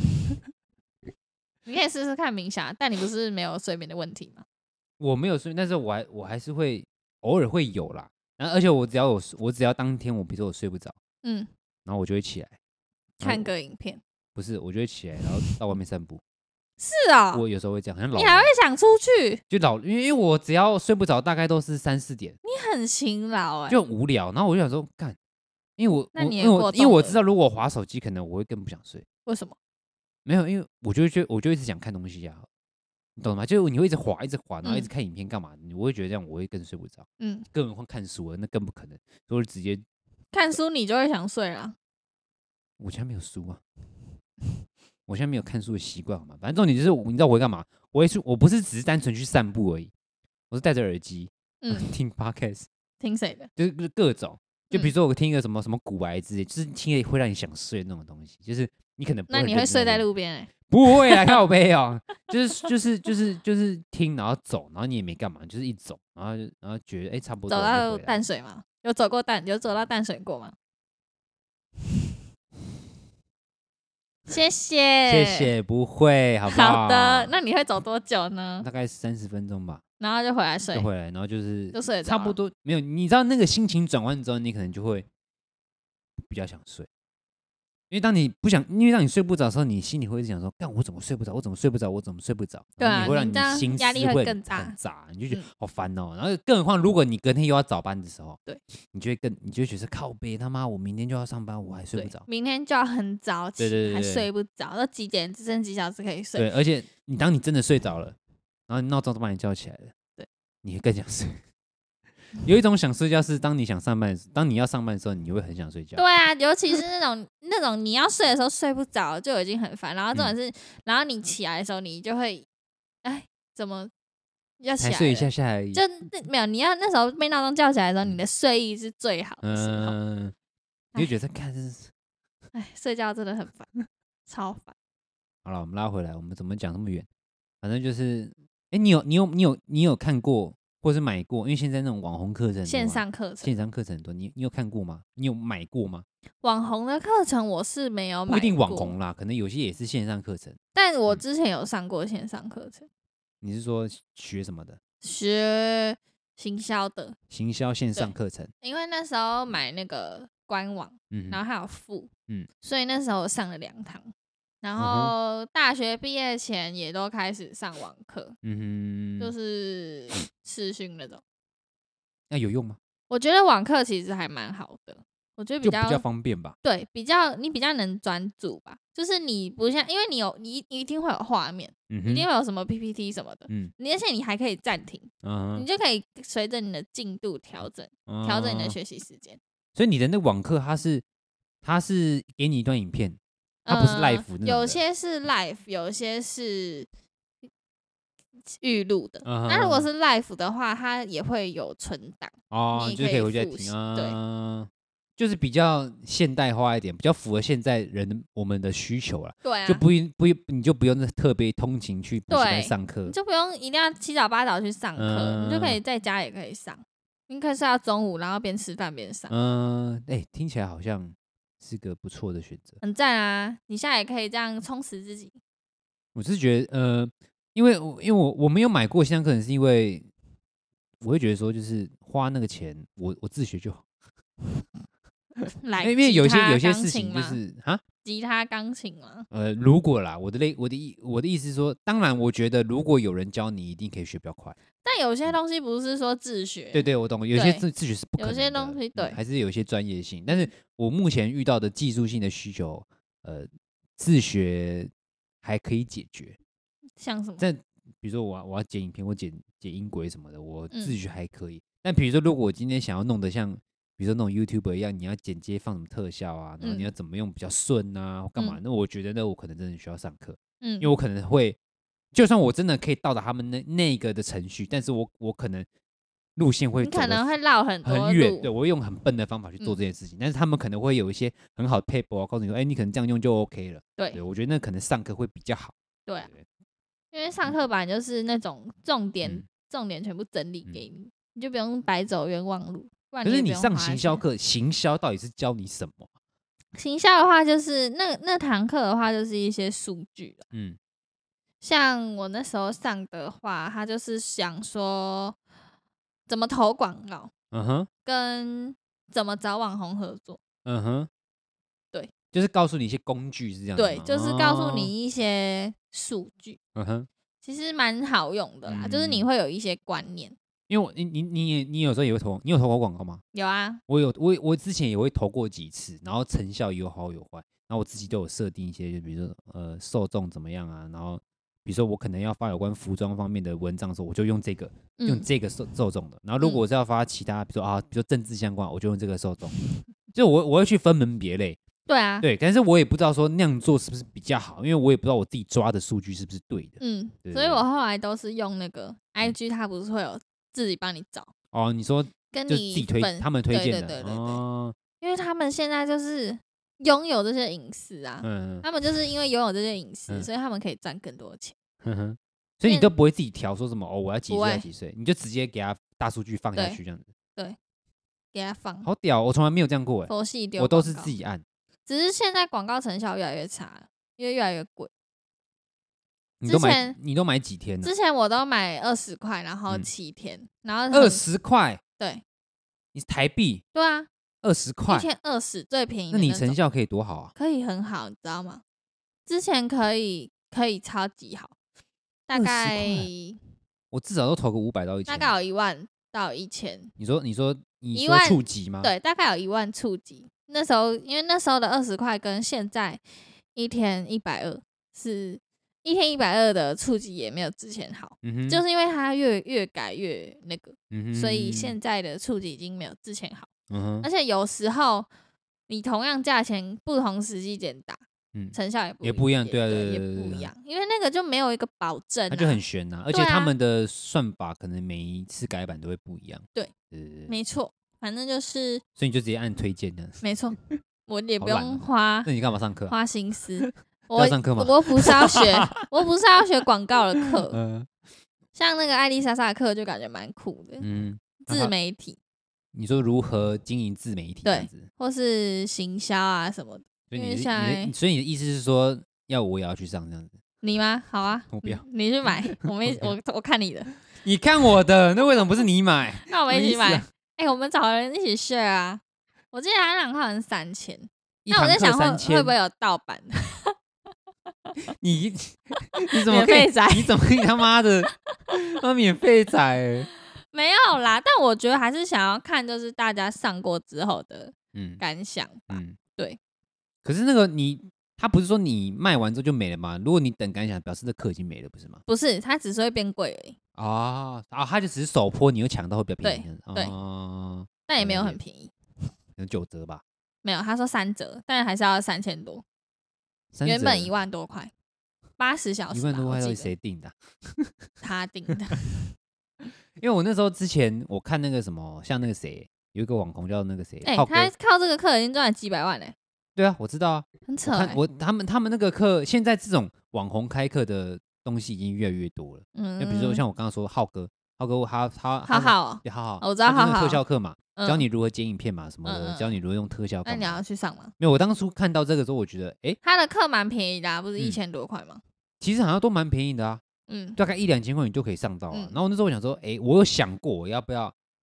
你可以试试看冥想，但你不是没有睡眠的问题吗？ 我没有睡，但是我还我还是会偶尔会有啦。然后而且我只要有我只要当天我比如说我睡不着，嗯，然后我就会起来看个影片。 不是，我就会起来，然后到外面散步。 是啊、喔， 我有时候会这样，很老。 你还会想出去？ 就老，因为因为我只要睡不着，大概都是三四点。 你很勤劳哎、欸， 就很无聊。然后我就想说，干，因为我那你也因为我因为我知道，如果我滑手机，可能我会更不想睡。 为什么？ 没有，因为我就觉我就一直想看东西啊，你懂吗？就你会一直滑，一直滑，然后一直看影片干嘛？嗯、我会觉得这样我会更睡不着。嗯，更何况看书了，那更不可能。所以我直接看书，你就会想睡了。 我家没有书啊。我现在没有看书的习惯，好吗？反正重点就是，你知道我会干嘛？我会去，我不是只是单纯去散步而已，我是戴着耳机，嗯，听 podcast， 听谁的？ 就是各种，就比如说我听一个什么什么古癌之类，就是听了会让你想睡的那种东西，就是你可能不会那你会睡在路边、欸？ 不会啊，靠北哦，就是就是就是就是听，然后走，然后你也没干嘛，就是一走，然后然后觉得哎、欸、差不多走到淡水吗？有走过淡有走到淡水过吗？谢谢， 谢谢，不会，好不好？ 好的，那你会走多久呢？ 大概三十分钟吧， 然后就回来睡， 就回来，然后就是就睡， 差不多没有。你知道那个心情转换之后，你可能就会比较想睡，因为当你不想，因为当你睡不着的时候，你心里会一直想说：干，我怎么睡不着？我怎么睡不着？我怎么睡不着？ 对啊， 你会让你心压力会更大，杂，你就觉得好烦哦。然后更何况，如果你隔天又要早班的时候， 对， 你就会更，你就会觉得靠北他妈，我明天就要上班，我还睡不着， 明天就要很早起， 对对对， 还睡不着，那几点只剩几小时可以睡？ 对，而且你当你真的睡着了，然后闹钟都把你叫起来了， 对， 你会更想睡。有一种想睡觉是当你想上班，当你要上班的时候，你会很想睡觉。 对啊，尤其是那种那种你要睡的时候睡不着，就已经很烦。然后这种是，嗯、然后你起来的时候，你就会，哎，怎么要起来？ 才睡一下下而已。 就没有，你要那时候被闹钟叫起来的时候，你的睡意是最好的时候。 嗯，你就觉得看这是， 哎，睡觉真的很烦，超烦。 好了，我们拉回来，我们怎么讲那么远？反正就是，哎，你有你有你有你有看过？或是买过，因为现在那种网红课程， 线上课程， 线上课程很多，你你有看过吗？你有买过吗？ 网红的课程我是没有买过， 不一定网红啦，可能有些也是线上课程。 但我之前有上过线上课程、嗯。 你是说学什么的？ 学行销的， 行销线上课程。 因为那时候买那个官网，嗯、然后还有付，嗯，所以那时候我上了两堂。然后大学毕业前也都开始上网课，嗯哼，就是视讯那种。 那有用吗？ 我觉得网課其實還蠻好的，我覺得比較就比較方便吧。 對，比較你比較能專注吧。就是你不像，因為你有你你一定會有畫面，嗯、一定會有什麼 P P T 什麼的，嗯，而且你還可以暫停，嗯，你就可以隨着你的進度調整，調、嗯、整你的學習時間。 所以你的那網課，它是它是給你一段影片，它不是 live 那種的、 呃、有些是 live， 有些是預錄的。Uh-huh. 那如果是 live 的話，它也會有存檔哦， 你就可以回去聽啊。對，就是比較現代化一點，比較符合現在人我們的需求啦。 對啊， 就不不你就不用特別通勤去補習班上課， 你就不用一定要七早八早去上課、嗯，你就可以在家也可以上。你可以睡到中午，然後邊吃飯邊上。 嗯，哎、欸，聽起來好像是個不錯的選擇， 很讚啊！你現在也可以這樣充實自己。 我是覺得，呃，因為因為我我沒有買過線上課程，是因為我會覺得說，就是花那個錢，我我自學就好。 來， 因為有些有些事情就是啊， 吉他、钢琴吗？ 呃，如果啦，我的类，我的意，我的意思是说，当然，我觉得如果有人教你，一定可以学比较快。 但有些东西不是说自学。 对对，我懂，有些自自学是不可能的。 有些东西对， 还是有一些专业性。但是我目前遇到的技术性的需求，呃，自学还可以解决。 像什么？ 在比如说我我要剪影片，我剪剪音轨什么的，我自学还可以。嗯、但比如说，如果我今天想要弄得像，比如说那种 YouTuber 一样，你要剪接放什么特效啊，然后你要怎么用比较顺啊，或干嘛？嗯、那我觉得那我可能真的需要上课，嗯，因为我可能会，就算我真的可以到达他们那那个的程序，但是我我可能路线会走可能会绕很多很远，对我会用很笨的方法去做这件事情，嗯、但是他们可能会有一些很好的 paper 告诉你说，哎、欸，你可能这样用就 OK 了。 对， 对我觉得那可能上课会比较好。 对、啊。对因为上课版就是那种重点，嗯、重点全部整理给你，嗯、你就不用白走冤枉路。不然你可是你上行销课，行销到底是教你什么？ 行销的话，就是那那堂课的话，就是一些数据了。嗯，像我那时候上的话，他就是想说怎么投广告，嗯哼，跟怎么找网红合作，嗯哼，对， 就是告诉你一些工具是这样子吗？ 对，就是告诉你一些数据，嗯哼，其实蛮好用的啦，嗯、就是你会有一些观念。 因为我你你你你有时候也会投，你有投过广告吗？ 有啊， 我有我我之前也会投过几次，然后成效有好有坏，然后我自己都有设定一些，就比如说呃受众怎么样啊，然后比如说我可能要发有关服装方面的文章的时候，我就用这个、嗯、用这个受受众的，然后如果我是要发其他，比如说啊，比如说政治相关，我就用这个受众，就我我会去分门别类。 对啊， 对，但是我也不知道说那样做是不是比较好，因为我也不知道我自己抓的数据是不是对的。 嗯，对对对，所以我后来都是用那个 I G， 它不是会有自己帮你找哦，你说跟你就自己推他们推荐的， 对对对对对，哦，因为他们现在就是拥有这些隐私啊，嗯，他们就是因为拥有这些隐私，嗯、所以他们可以赚更多的钱。 嗯哼，所以你都不会自己调说什么哦，我要几岁几岁，你就直接给他大数据放下去这样子。 对，对给他放。 好屌，我从来没有这样过哎， 佛系丢， 我都是自己按。 只是现在广告成效越来越差了，因为越来越贵。 你都买你都买几天呢？ 之前我都买二十块，然后七天，嗯、然后二十块， 对， 你是台币？ 对啊， 二十块， 一天二十最便宜那。那你成效可以多好啊？ 可以很好，你知道吗？之前可以可以超级好，大概我至少都投个五百到一千， 大概有一万到一千。 你说你说你说触及吗？ 对，大概有一万触及。那时候因为那时候的二十块跟现在一天一百二是。一天一百二的触及也没有之前好，嗯、就是因为它越越改越那个，嗯、所以现在的触及已经没有之前好。嗯、而且有时候你同样价钱不同时机点打，嗯、成效也不也不一样，对啊，对也不一样，因为那个就没有一个保证、啊， 它就很悬呐、啊。而且他们的算法可能每一次改版都会不一样。 对，对没错，反正就是， 所以你就直接按推荐这样。 没错，我也不用花， 那你干嘛上课、啊？ 花心思。 我要上课吗？ 我不是要学，我不是要学广告的课。嗯、像那个艾丽莎莎的课就感觉蛮酷的。嗯，自媒体。 你说如何经营自媒体？ 对，或是行销啊什么的。 所以你的，所以你的意思是说，要我也要去上这样子？ 你吗？好啊， 我不要， 你去买，我没我我看你的。 你看我的，那为什么不是你买？ 那我们一起买。哎、欸，我们找人一起 share 啊。我记得他两套好像三千，那我在想会会不会有盗版？ 你你怎么可以？你怎么可以他妈的他免费载、欸？ 没有啦，但我觉得还是想要看，就是大家上过之后的感想吧。嗯，对。 可是那个你，他不是说你卖完之后就没了吗？如果你等感想，表示这课已经没了，不是吗？ 不是，它只是会变贵而已。 哦，啊，他就只是首波，你又抢到会比较便宜。 对，对哦，但也没有很便宜， 有九折吧？ 没有，他说三折，但还是要三千多。原本一万多块，八十小时， 一万多块到底谁定的、啊？ 他定的。 因为我那时候之前我看那个什么，像那个谁，有一个网红叫那个谁， 哎、欸，他靠这个课已经赚了几百万嘞、欸。 对啊，我知道啊， 很扯、欸。 我他们他们那个课，现在这种网红开课的东西已经越来越多了。嗯，就比如说像我刚刚说浩哥，浩哥他他好好也好好， 我知道好好特效课嘛。嗯、教你如何剪影片嘛，什么的，嗯、教你如何用特效。 那你要去上吗？ 没有，我当初看到这个时候，我觉得，哎、欸， 他的课蛮便宜的、啊，不是一千多块吗、嗯？ 其实好像都蛮便宜的啊，嗯，大概一两千块你就可以上到啊。嗯、然后那时候我想说，哎、欸，我有想过我要不要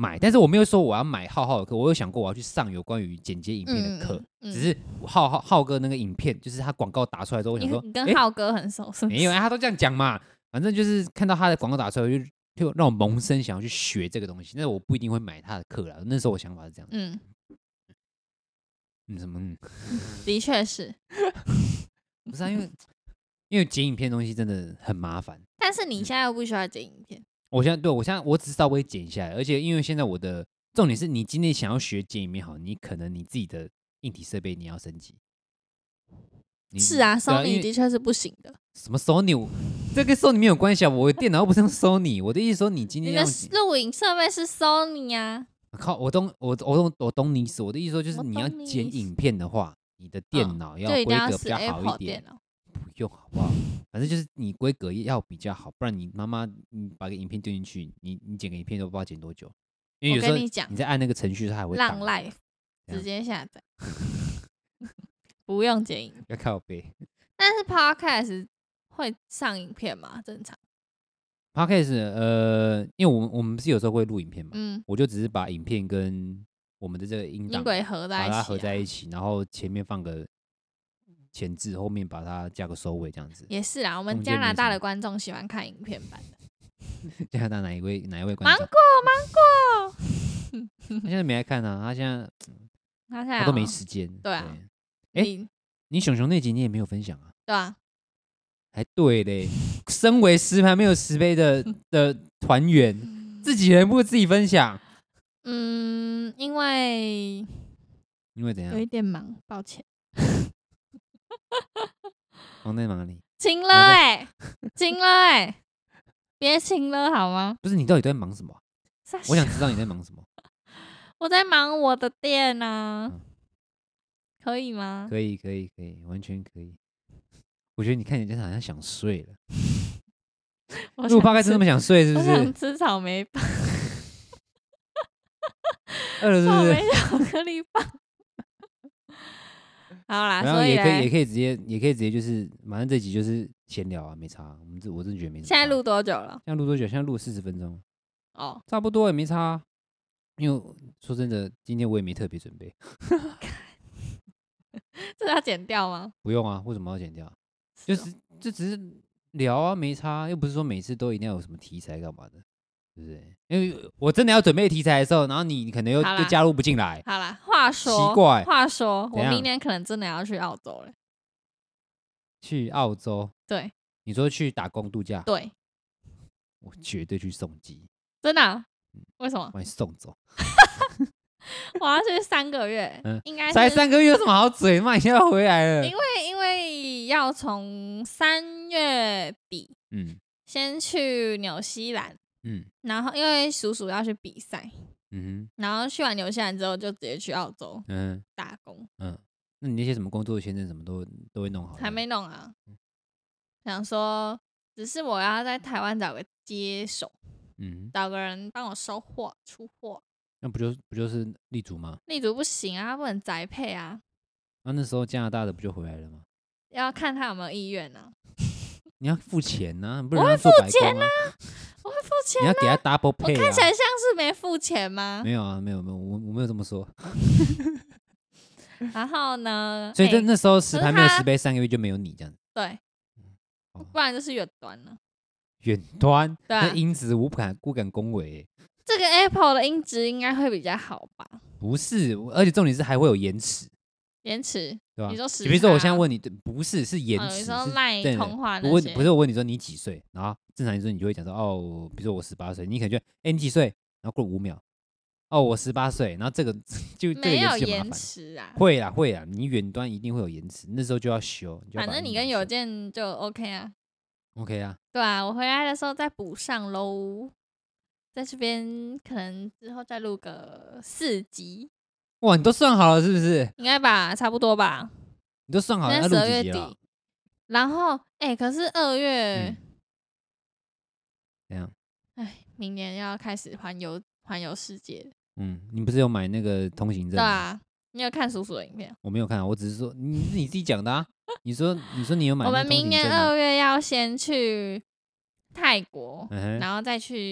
买，但是我没有说我要买浩浩的课，我有想过我要去上有关于剪接影片的课，嗯嗯、只是浩浩浩哥那个影片，就是他广告打出来之后，我想说， 你跟浩哥很熟是不是？ 没有，他都这样讲嘛，反正就是看到他的广告打出来，就就让我萌生想要去学这个东西，但是我不一定会买他的课啦。那时候我想法是这样，嗯，嗯什么？嗯、 的确是， 不是啊，因为因为剪影片的东西真的很麻烦。 但是你现在又不需要剪影片。 我现在对我现在我只是稍微剪下来，而且因为现在我的重点是你今天想要学剪影片好，你可能你自己的硬体设备你要升级。 是啊 ，Sony 的确是不行的。 什么 Sony？ 这跟 Sony 没有关系啊！我的电脑又不是用 Sony。我的意思说，你今天你的录影设备是 Sony 啊。 靠，我懂，我我懂，我懂你意思。我的意思说，就是你要剪影片的话，你的电脑要规格比较好一点。不用好不好？反正就是你规格要比较好，不然你妈妈你把个影片丢进去，你你剪个影片都不知道剪多久。因为有时候 你, 你在按那个程序，它还会浪 Live 直接下载，不用剪影， 要靠背。 但是 Podcast 会上影片吗？正常。 Podcast 呃，因为我们我们不是有时候会录影片嘛，嗯，我就只是把影片跟我们的这个音档音轨合在一起、啊， 把它合在一起，然后前面放个前置，后面把它加个收尾，这样子。 也是啊，我们加拿大的观众喜欢看影片版的。 加拿大哪一位哪一位观众？ 芒果，芒果。他现在没来看啊，他现在他现在他都没时间。 对啊， 哎、欸，你熊熊那集你也没有分享啊？ 对啊。 还对嘞，身为十盘没有十杯的的团员，自己人不自己分享。 嗯，因为因为怎样？ 有一点忙，抱歉。 忙在哪里？ 亲了哎、欸，亲了哎、欸，别亲了好吗？ 不是你到底都在忙什么、啊？我想知道你在忙什么。 我在忙我的店啊，嗯、可以吗？ 可以，可以，可以，完全可以。我觉得你看起来好像想睡了。录 podcast 真那么想睡是不是？ 我想吃草莓棒。 饿了是不是？ 草莓巧克力棒。好啦， 然后所以也可以也可以直接也可以直接就是，反正这集就是闲聊啊，没差。我们这我真的觉得没差。 现在录多久了？ 现在录多久？现在录四十分钟。 哦， 差不多也没差。因为说真的，今天我也没特别准备。 这要剪掉吗？ 不用啊，为什么要剪掉？就是这只是聊啊，没差，又不是说每次都一定要有什么题材干嘛的，对不对？因为我真的要准备题材的时候，然后你可能又又加入不进来。 好啦，话说， 奇怪， 话说，我明年可能真的要去澳洲了。 去澳洲？ 对。 你说去打工度假？ 对。 我绝对去送机。 真的、啊？为什么？ 把你送走。 我要去三个月，嗯、应该才三个月有什么好嘴嘛？你现在要回来了。 因为因为要从三月底，嗯，先去纽西兰，嗯，然后因为叔叔要去比赛，嗯哼，然后去完纽西兰之后就直接去澳洲，嗯，打工，嗯， 那你那些什么工作签证什么都都会弄好？ 还没弄啊，嗯、想说只是我要在台湾找个接手，嗯，找个人帮我收货出货。 那不就不就是立足吗？ 立足不行啊，他不能宅配啊。 那、啊、那时候加拿大的不就回来了吗？ 要看他有没有意愿呢。 你要付钱呢、啊，不然、啊、我会付钱啊，我会付钱、啊。 你要给他 double pay、啊。 我看起来像是没付钱吗？ 没有啊，没有没有，我我没有这么说。 然后呢？ 所以那时候十盘没有十杯，三个月就没有你这样子。 对，不然就是远端了。 远端？ 对、啊， 那音质我不敢不敢恭维、欸。 这个 Apple 的音质应该会比较好吧？ 不是，而且重点是还会有延迟。 延迟， 对吧？ 你说时， 比如说我现在问你，不是是延迟。 哦、你说赖通话那些。 我问不是我问你说你几岁，然后正常来说你就会讲说哦，比如说我十八岁，你可能就哎、欸、你几岁，然后过了五秒，哦我十八岁，然后这个就没有延迟啊？ 会啦会啦，你远端一定会有延迟，那时候就要修。 反正你跟邮件就 OK 啊 ，OK 啊， 对啊，我回来的时候再补上喽。在这边可能之后再录个四集， 哇，你都算好了是不是？ 应该吧，差不多吧。 你都算好了， 那十二月底，然后哎、欸，可是二月， 嗯、怎样？ 哎，明年要开始环游环游世界。 嗯，你不是有买那个通行证？ 对啊，你有看叔叔的影片？ 我没有看，我只是说你你自己讲的啊。你说你说你有买、啊？ 我们明年二月要先去泰国，嗯、然后再去。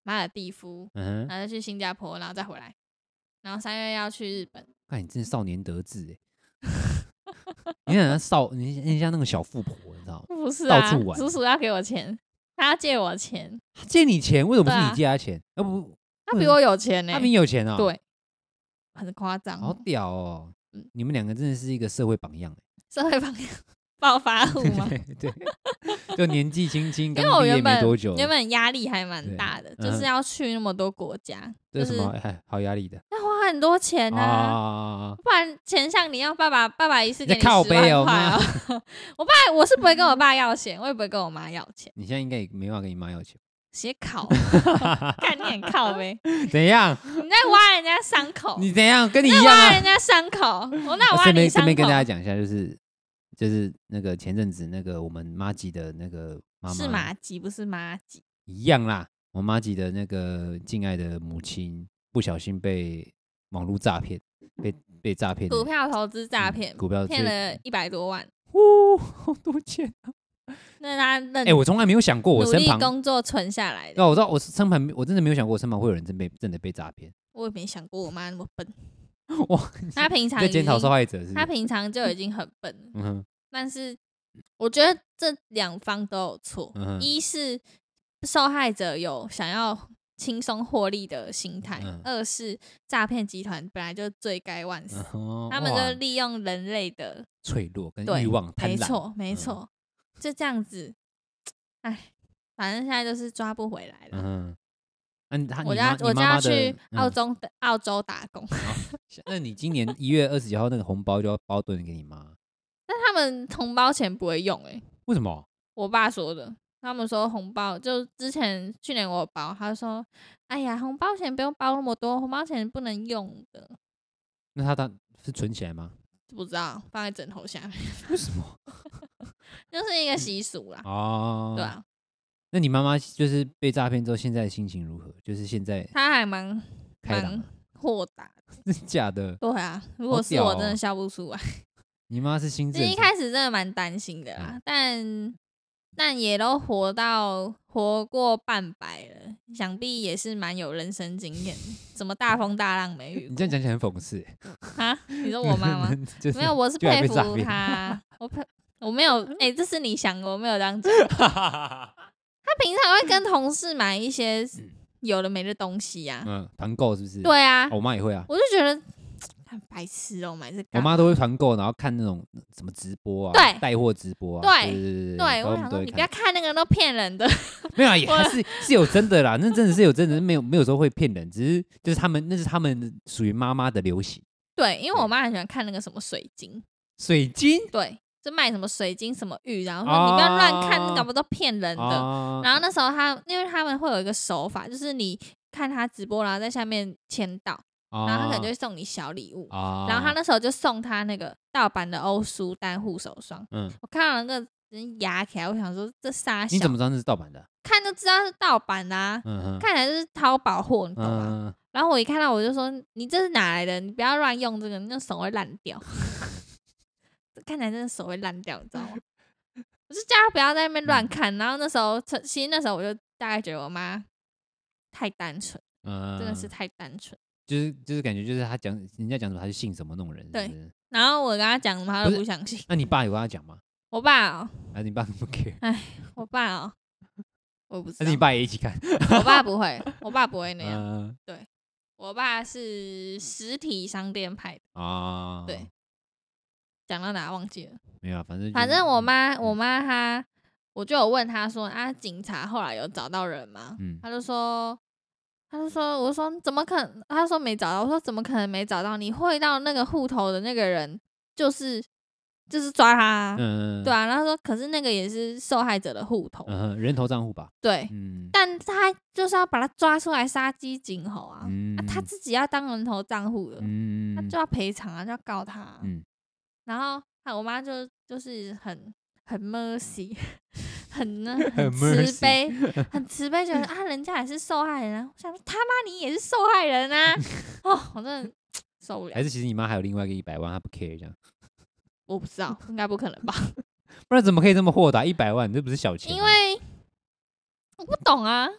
马尔地夫，嗯、然后再去新加坡，然后再回来，然后三月要去日本。 看你真是少年得志哎！你很像少，你你像那个小富婆，你知道吗？ 不是啊， 到处玩。 叔叔要给我钱，他要借我钱。 他借你钱？为什么不是你借他钱？要、啊、不， 他比我有钱呢、欸。 他比你有钱哦。 对，很夸张。 好屌哦！嗯、你们两个真的是一个社会榜样。 社会榜样，暴发户吗？ 对对，就年纪轻轻，刚毕业没多久， 原本压力还蛮大的，就是要去那么多国家， 这是什么？哎，好压力的。 要花很多钱啊，啊不然钱像你要爸爸，爸爸一次给你十万块哦。我爸我是不会跟我爸要钱，我也不会跟我妈要钱。 你现在应该也没办法跟你妈要钱。 写考，看你很靠呗。 怎样？ 你在挖人家伤口？ 你怎样？跟你一样啊？ 挖人家伤口，我那我挖你伤口。 这边跟大家讲一下，就是就是那个前阵子那个我们妈吉的那个妈妈是妈吉，不是妈吉一样啦。我妈吉的那个敬爱的母亲不小心被网络诈骗，被被诈骗， 股票投资诈骗、嗯， 股票骗了一百多万， 哦，好多钱啊！ 那他认哎、欸，我从来没有想过我身旁努力工作存下来的。 对、啊，我知道我身旁，我真的没有想过我身旁会有人真被真的被诈骗。 我也没想过我妈那么笨。 哇， 他平常在检讨受害者是不是？ 他平常就已经很笨了。 嗯哼。 但是我觉得这两方都有错、嗯。一是受害者有想要轻松获利的心态、嗯，二是诈骗集团本来就罪该万死、嗯，他们就利用人类的脆弱跟欲望、贪婪。 没错，没错。嗯，就这样子，哎，反正现在就是抓不回来了。嗯， 嗯他我就要我就要去澳洲、嗯、澳洲打工。 那你今年一月二十九号那个红包就要包顿给你妈？ 那他们红包钱不会用哎、欸？ 为什么？ 我爸说的，他们说红包就之前去年我有包，他说：“哎呀，红包钱不用包那么多，红包钱不能用的。” 那他当是存起来吗？ 不知道，放在枕头下面。 为什么？ 就是一个习俗啦。 哦， 对啊。 那你妈妈就是被诈骗之后，现在心情如何？就是现在她还蛮蛮豁达的，真的假的？ 对啊，如果是我，真的笑不出来。 你妈是心智， 一开始真的蛮担心的啦，嗯、但但也都活到活过半百了，想必也是蛮有人生经验，什么大风大浪没遇过。 你这样讲起来很讽刺啊？你说我妈吗？没有，我是佩服她，我佩我没有，哎、欸，这是你想的，我没有这样讲。她平常会跟同事买一些有的没的东西呀、啊， 嗯，团购是不是？ 对啊， 我妈也会啊， 我就觉得。很白痴哦，买这个。 我妈都会团购，然后看那种什么直播啊， 对， 带货直播啊， 对对对对对。我想说，你不要看那个都骗人的。 没有啊，也还是是有真的啦，那真的是有真的，没有没有说会骗人，只是就是他们那是他们属于妈妈的流行。 对，因为我妈很喜欢看那个什么水晶， 水晶， 对，就卖什么水晶什么玉，然后说你不要乱看，搞不都骗人的。啊、然后那时候他，因为他们会有一个手法，就是你看他直播，然后在下面签到。然后他可能就会送你小礼物，啊、然后他那时候就送他那个盗版的欧舒丹护手霜。嗯，我看到那个人压起来，我想说这傻小， 你怎么知道那是盗版的？ 看就知道是盗版的啊，嗯、看起来就是淘宝货，你懂吗？嗯、然后我一看到我就说：“你这是哪来的？你不要乱用这个，你那手会烂掉。”看起来真的手会烂掉，你知道吗？我就叫他不要在那边乱看。然后那时候，其实那时候我就大概觉得我妈太单纯，嗯、真的是太单纯。 就是就是感觉就是他讲人家讲什么他就信什么那种人， 对。然后我跟他讲什么他都不相信。 那你爸有跟他讲吗？ 我爸哦， 啊你爸不 care？ 哎，我爸哦，我不知道。 那你爸也一起看？ 我爸不会，我爸不会那样。呃、对，我爸是实体商店派的啊。对，讲到哪忘记了？ 没有，反正、就是、 反正我妈我妈她，我就有问她说啊，警察后来有找到人吗？嗯，他就说。他就说：“我说怎么可能？”他说没找到。我说怎么可能没找到？你汇到那个户头的那个人，就是就是抓他、啊，嗯，对啊。然后他说，可是那个也是受害者的户头， 嗯，人头账户吧？ 对，嗯。但他就是要把他抓出来杀鸡儆猴啊，嗯、啊，他自己要当人头账户的，嗯，他就要赔偿啊，就要告他、啊，嗯。然后我妈就就是很很 mercy。很呢，很慈悲，很慈悲，觉得啊，人家也是受害人啊。我想说，他妈你也是受害人啊！哦，我真的受不了。 还是其实你妈还有另外一个一百万，她不 care 这样？ 我不知道，应该不可能吧？ 不然怎么可以这么豁达？一百万这不是小钱、啊。 因为我不懂啊，我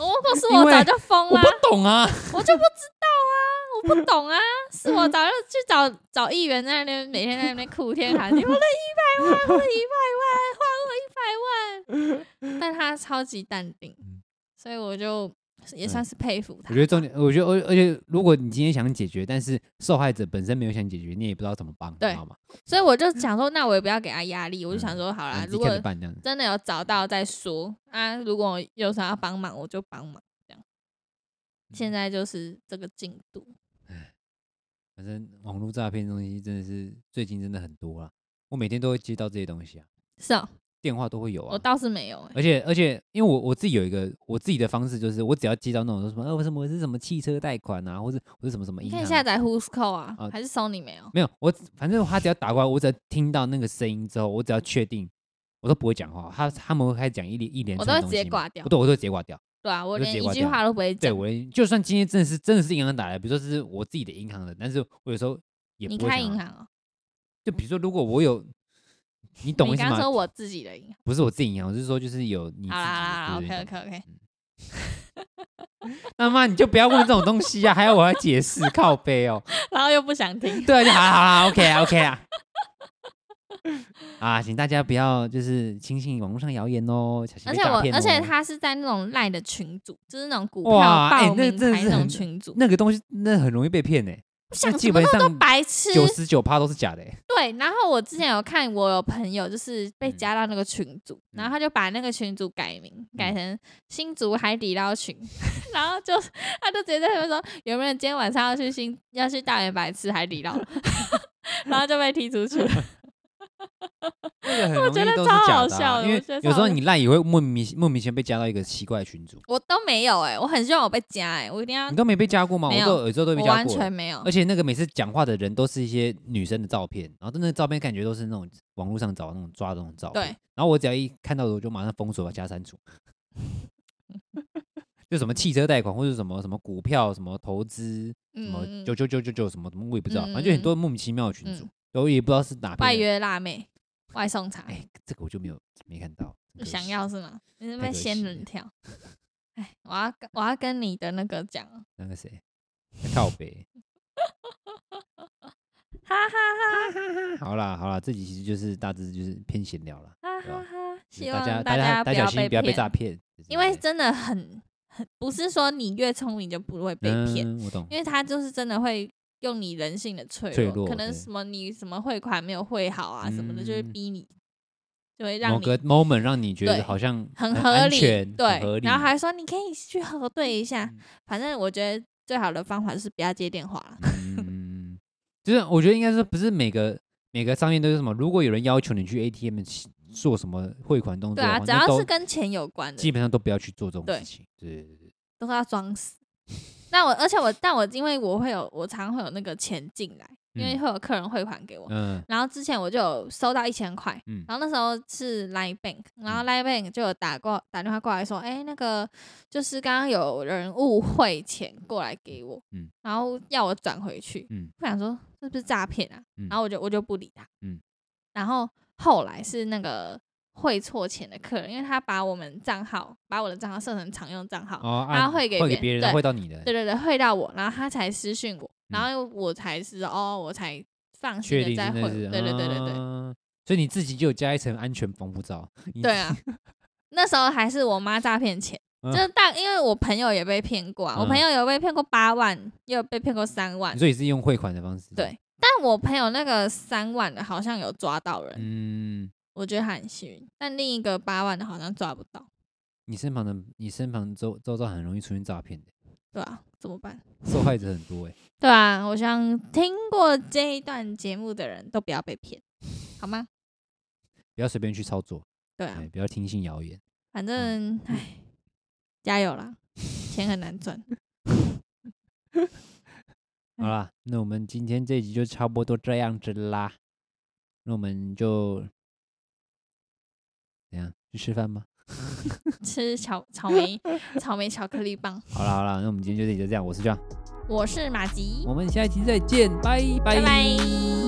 如果是我早就疯了。 我不懂啊， 我就不知道啊，我不懂啊，是我早就去找找议员在那边每天在那边哭天喊地，我的一百万，我的一百万，还我一百万。但他超级淡定，所以我就也算是佩服他。 我觉得重点，我觉得而且如果你今天想解决，但是受害者本身没有想解决，你也不知道怎么帮，知道吗？ 所以我就想说，那我也不要给他压力，我就想说，好啦， 嗯、 如果真的有找到再说啊，如果有啥要帮忙，我就帮忙，这样。现在就是这个进度。 反正网络诈骗东西真的是最近真的很多啦，我每天都会接到这些东西啊。 是啊。 电话都会有啊， 我倒是没有、欸， 而且而且，因为我我自己有一个我自己的方式，就是我只要接到那种说什么，呃，什么是什么汽车贷款啊，或者或者什么什么银行， 你可以下载 Whoscall 啊，啊还是 Sony 没有？ 没有，我反正他只要打过来，我只要听到那个声音之后，我只要确定，我都不会讲话，他他们会开始讲一连一连串的东西， 我都会直接挂掉， 对，我都直接挂掉。 对啊，我连一句话都不会讲。 对，我连就算今天真的是真的是银行打来，比如说是我自己的银行的，但是我有时候也不会。 你开银行哦？ 就比如说，如果我有。你懂我意思吗？ 你刚说我自己的银行， 不是我自己银行，我是说就是有你自己的。 好啦好啦 ，OK OK OK。 那妈你就不要问这种东西啊，还要我来解释靠背哦， 然后又不想听。 对啊，就好啦好啦 ，OK 啊 OK 啊。啊，请大家不要就是轻信网络上谣言哦，小心被诈骗哦。 而且我，而且他是在那种赖的群组，就是那种股票报名牌那种群组， 那个东西那很容易被骗哎。 想基本上都白痴， 九十九趴都是假的、欸。 对，然后我之前有看，我有朋友就是被加到那个群组，嗯、然后他就把那个群组改名，嗯、改成新竹海底捞群，然后就他就直接在那边说，有没有人今天晚上要去新要去大圆柏吃海底捞，然后就被踢出去了。 那个很容易都是假的、啊、我觉得超好笑的，因为有时候你赖也会莫名莫名其妙被加到一个奇怪的群组。 我都没有哎、欸，我很希望我被加哎、欸，我一定要。 你都没被加过吗？我都有时候都被加过， 完全没有。 而且那个每次讲话的人都是一些女生的照片，然后那个照片感觉都是那种网络上找的那种抓的那种照片。 对。 然后我只要一看到的，我就马上封锁加删除。就什么汽车贷款或者什么什么股票什么投资什么九九九九九什么什么我也不知道，嗯、反正就很多莫名其妙的群组，我、嗯、也不知道是哪边。 外约辣妹。外送茶， 哎、欸，这个我就没有没看到。 想要是吗？你是不是仙人跳？哎，我要我要跟你的那个讲。 那个谁？靠北。 哈哈哈！ 好啦好啦，这集其实就是大致就是偏闲聊了。 哈哈哈！希望大家大家小心不要被诈骗， 因为真的很很不是说你越聪明就不会被骗、 嗯。我懂。 因为他就是真的会。用你人性的脆弱， 脆弱可能什么你什么汇款没有汇好啊、嗯、什么的，就会逼你，就会让你某个 moment 让你觉得好像很合理， 对，合理然后还说你可以去核对一下。嗯、反正我觉得最好的方法就是不要接电话了。 嗯，就是我觉得应该是不是每个每个商业都是什么，如果有人要求你去 A T M 做什么汇款动作， 对啊，只要是跟钱有关的， 基本上都不要去做这种事情。对对对对， 都是要装死。那我，而且我，但我因为我会有，我常常会有那个钱进来，因为会有客人汇款给我。嗯。然后之前我就有收到一千块，嗯。然后那时候是 Line Bank， 然后 Line Bank 就有打过打電話過來說，哎、欸，那個就是剛剛有人誤匯錢過來給我，嗯。然後要我轉回去，嗯。我想說這是不是詐騙啊？嗯、然後我就我就不理他，嗯。然後後來是那個。汇錯錢的客人，因為他把我們賬號，把我的賬號設成常用賬號，哦、然後匯給別人， 匯到你的， 對對對，匯到我，然後他才私訊我，嗯、然後我才是哦，我才放心的再匯，對對對對對， 啊、所以你自己就有加一層安全防護罩。 對啊，那時候還是我媽詐騙錢，啊、就是大，因為我朋友也被騙過啊，嗯、我朋友有被騙過八萬，也有被騙過三萬， 所以是用匯款的方式。 對，但我朋友那個三萬的好像有抓到人， 嗯。 我覺得他很幸運，但另一個八萬的好像抓不到。 你身旁的，你身旁周周遭很容易出現詐騙的。 對啊，怎麼辦？ 受害者很多哎、欸。 對啊，我想聽過這一段節目的人都不要被騙，好嗎？ 不要隨便去操作。 對啊， 不要聽信謠言。 反正，唉、嗯，加油啦，錢很難賺。 好啦，那我們今天這集就差不多這樣子啦。那我們就。怎樣？去吃飯嗎？ 吃草草莓草莓巧克力棒。 好了好了，那我們今天就這裡就這樣。我是 John， 我是馬吉， 我們下一期再見，拜拜。 拜拜。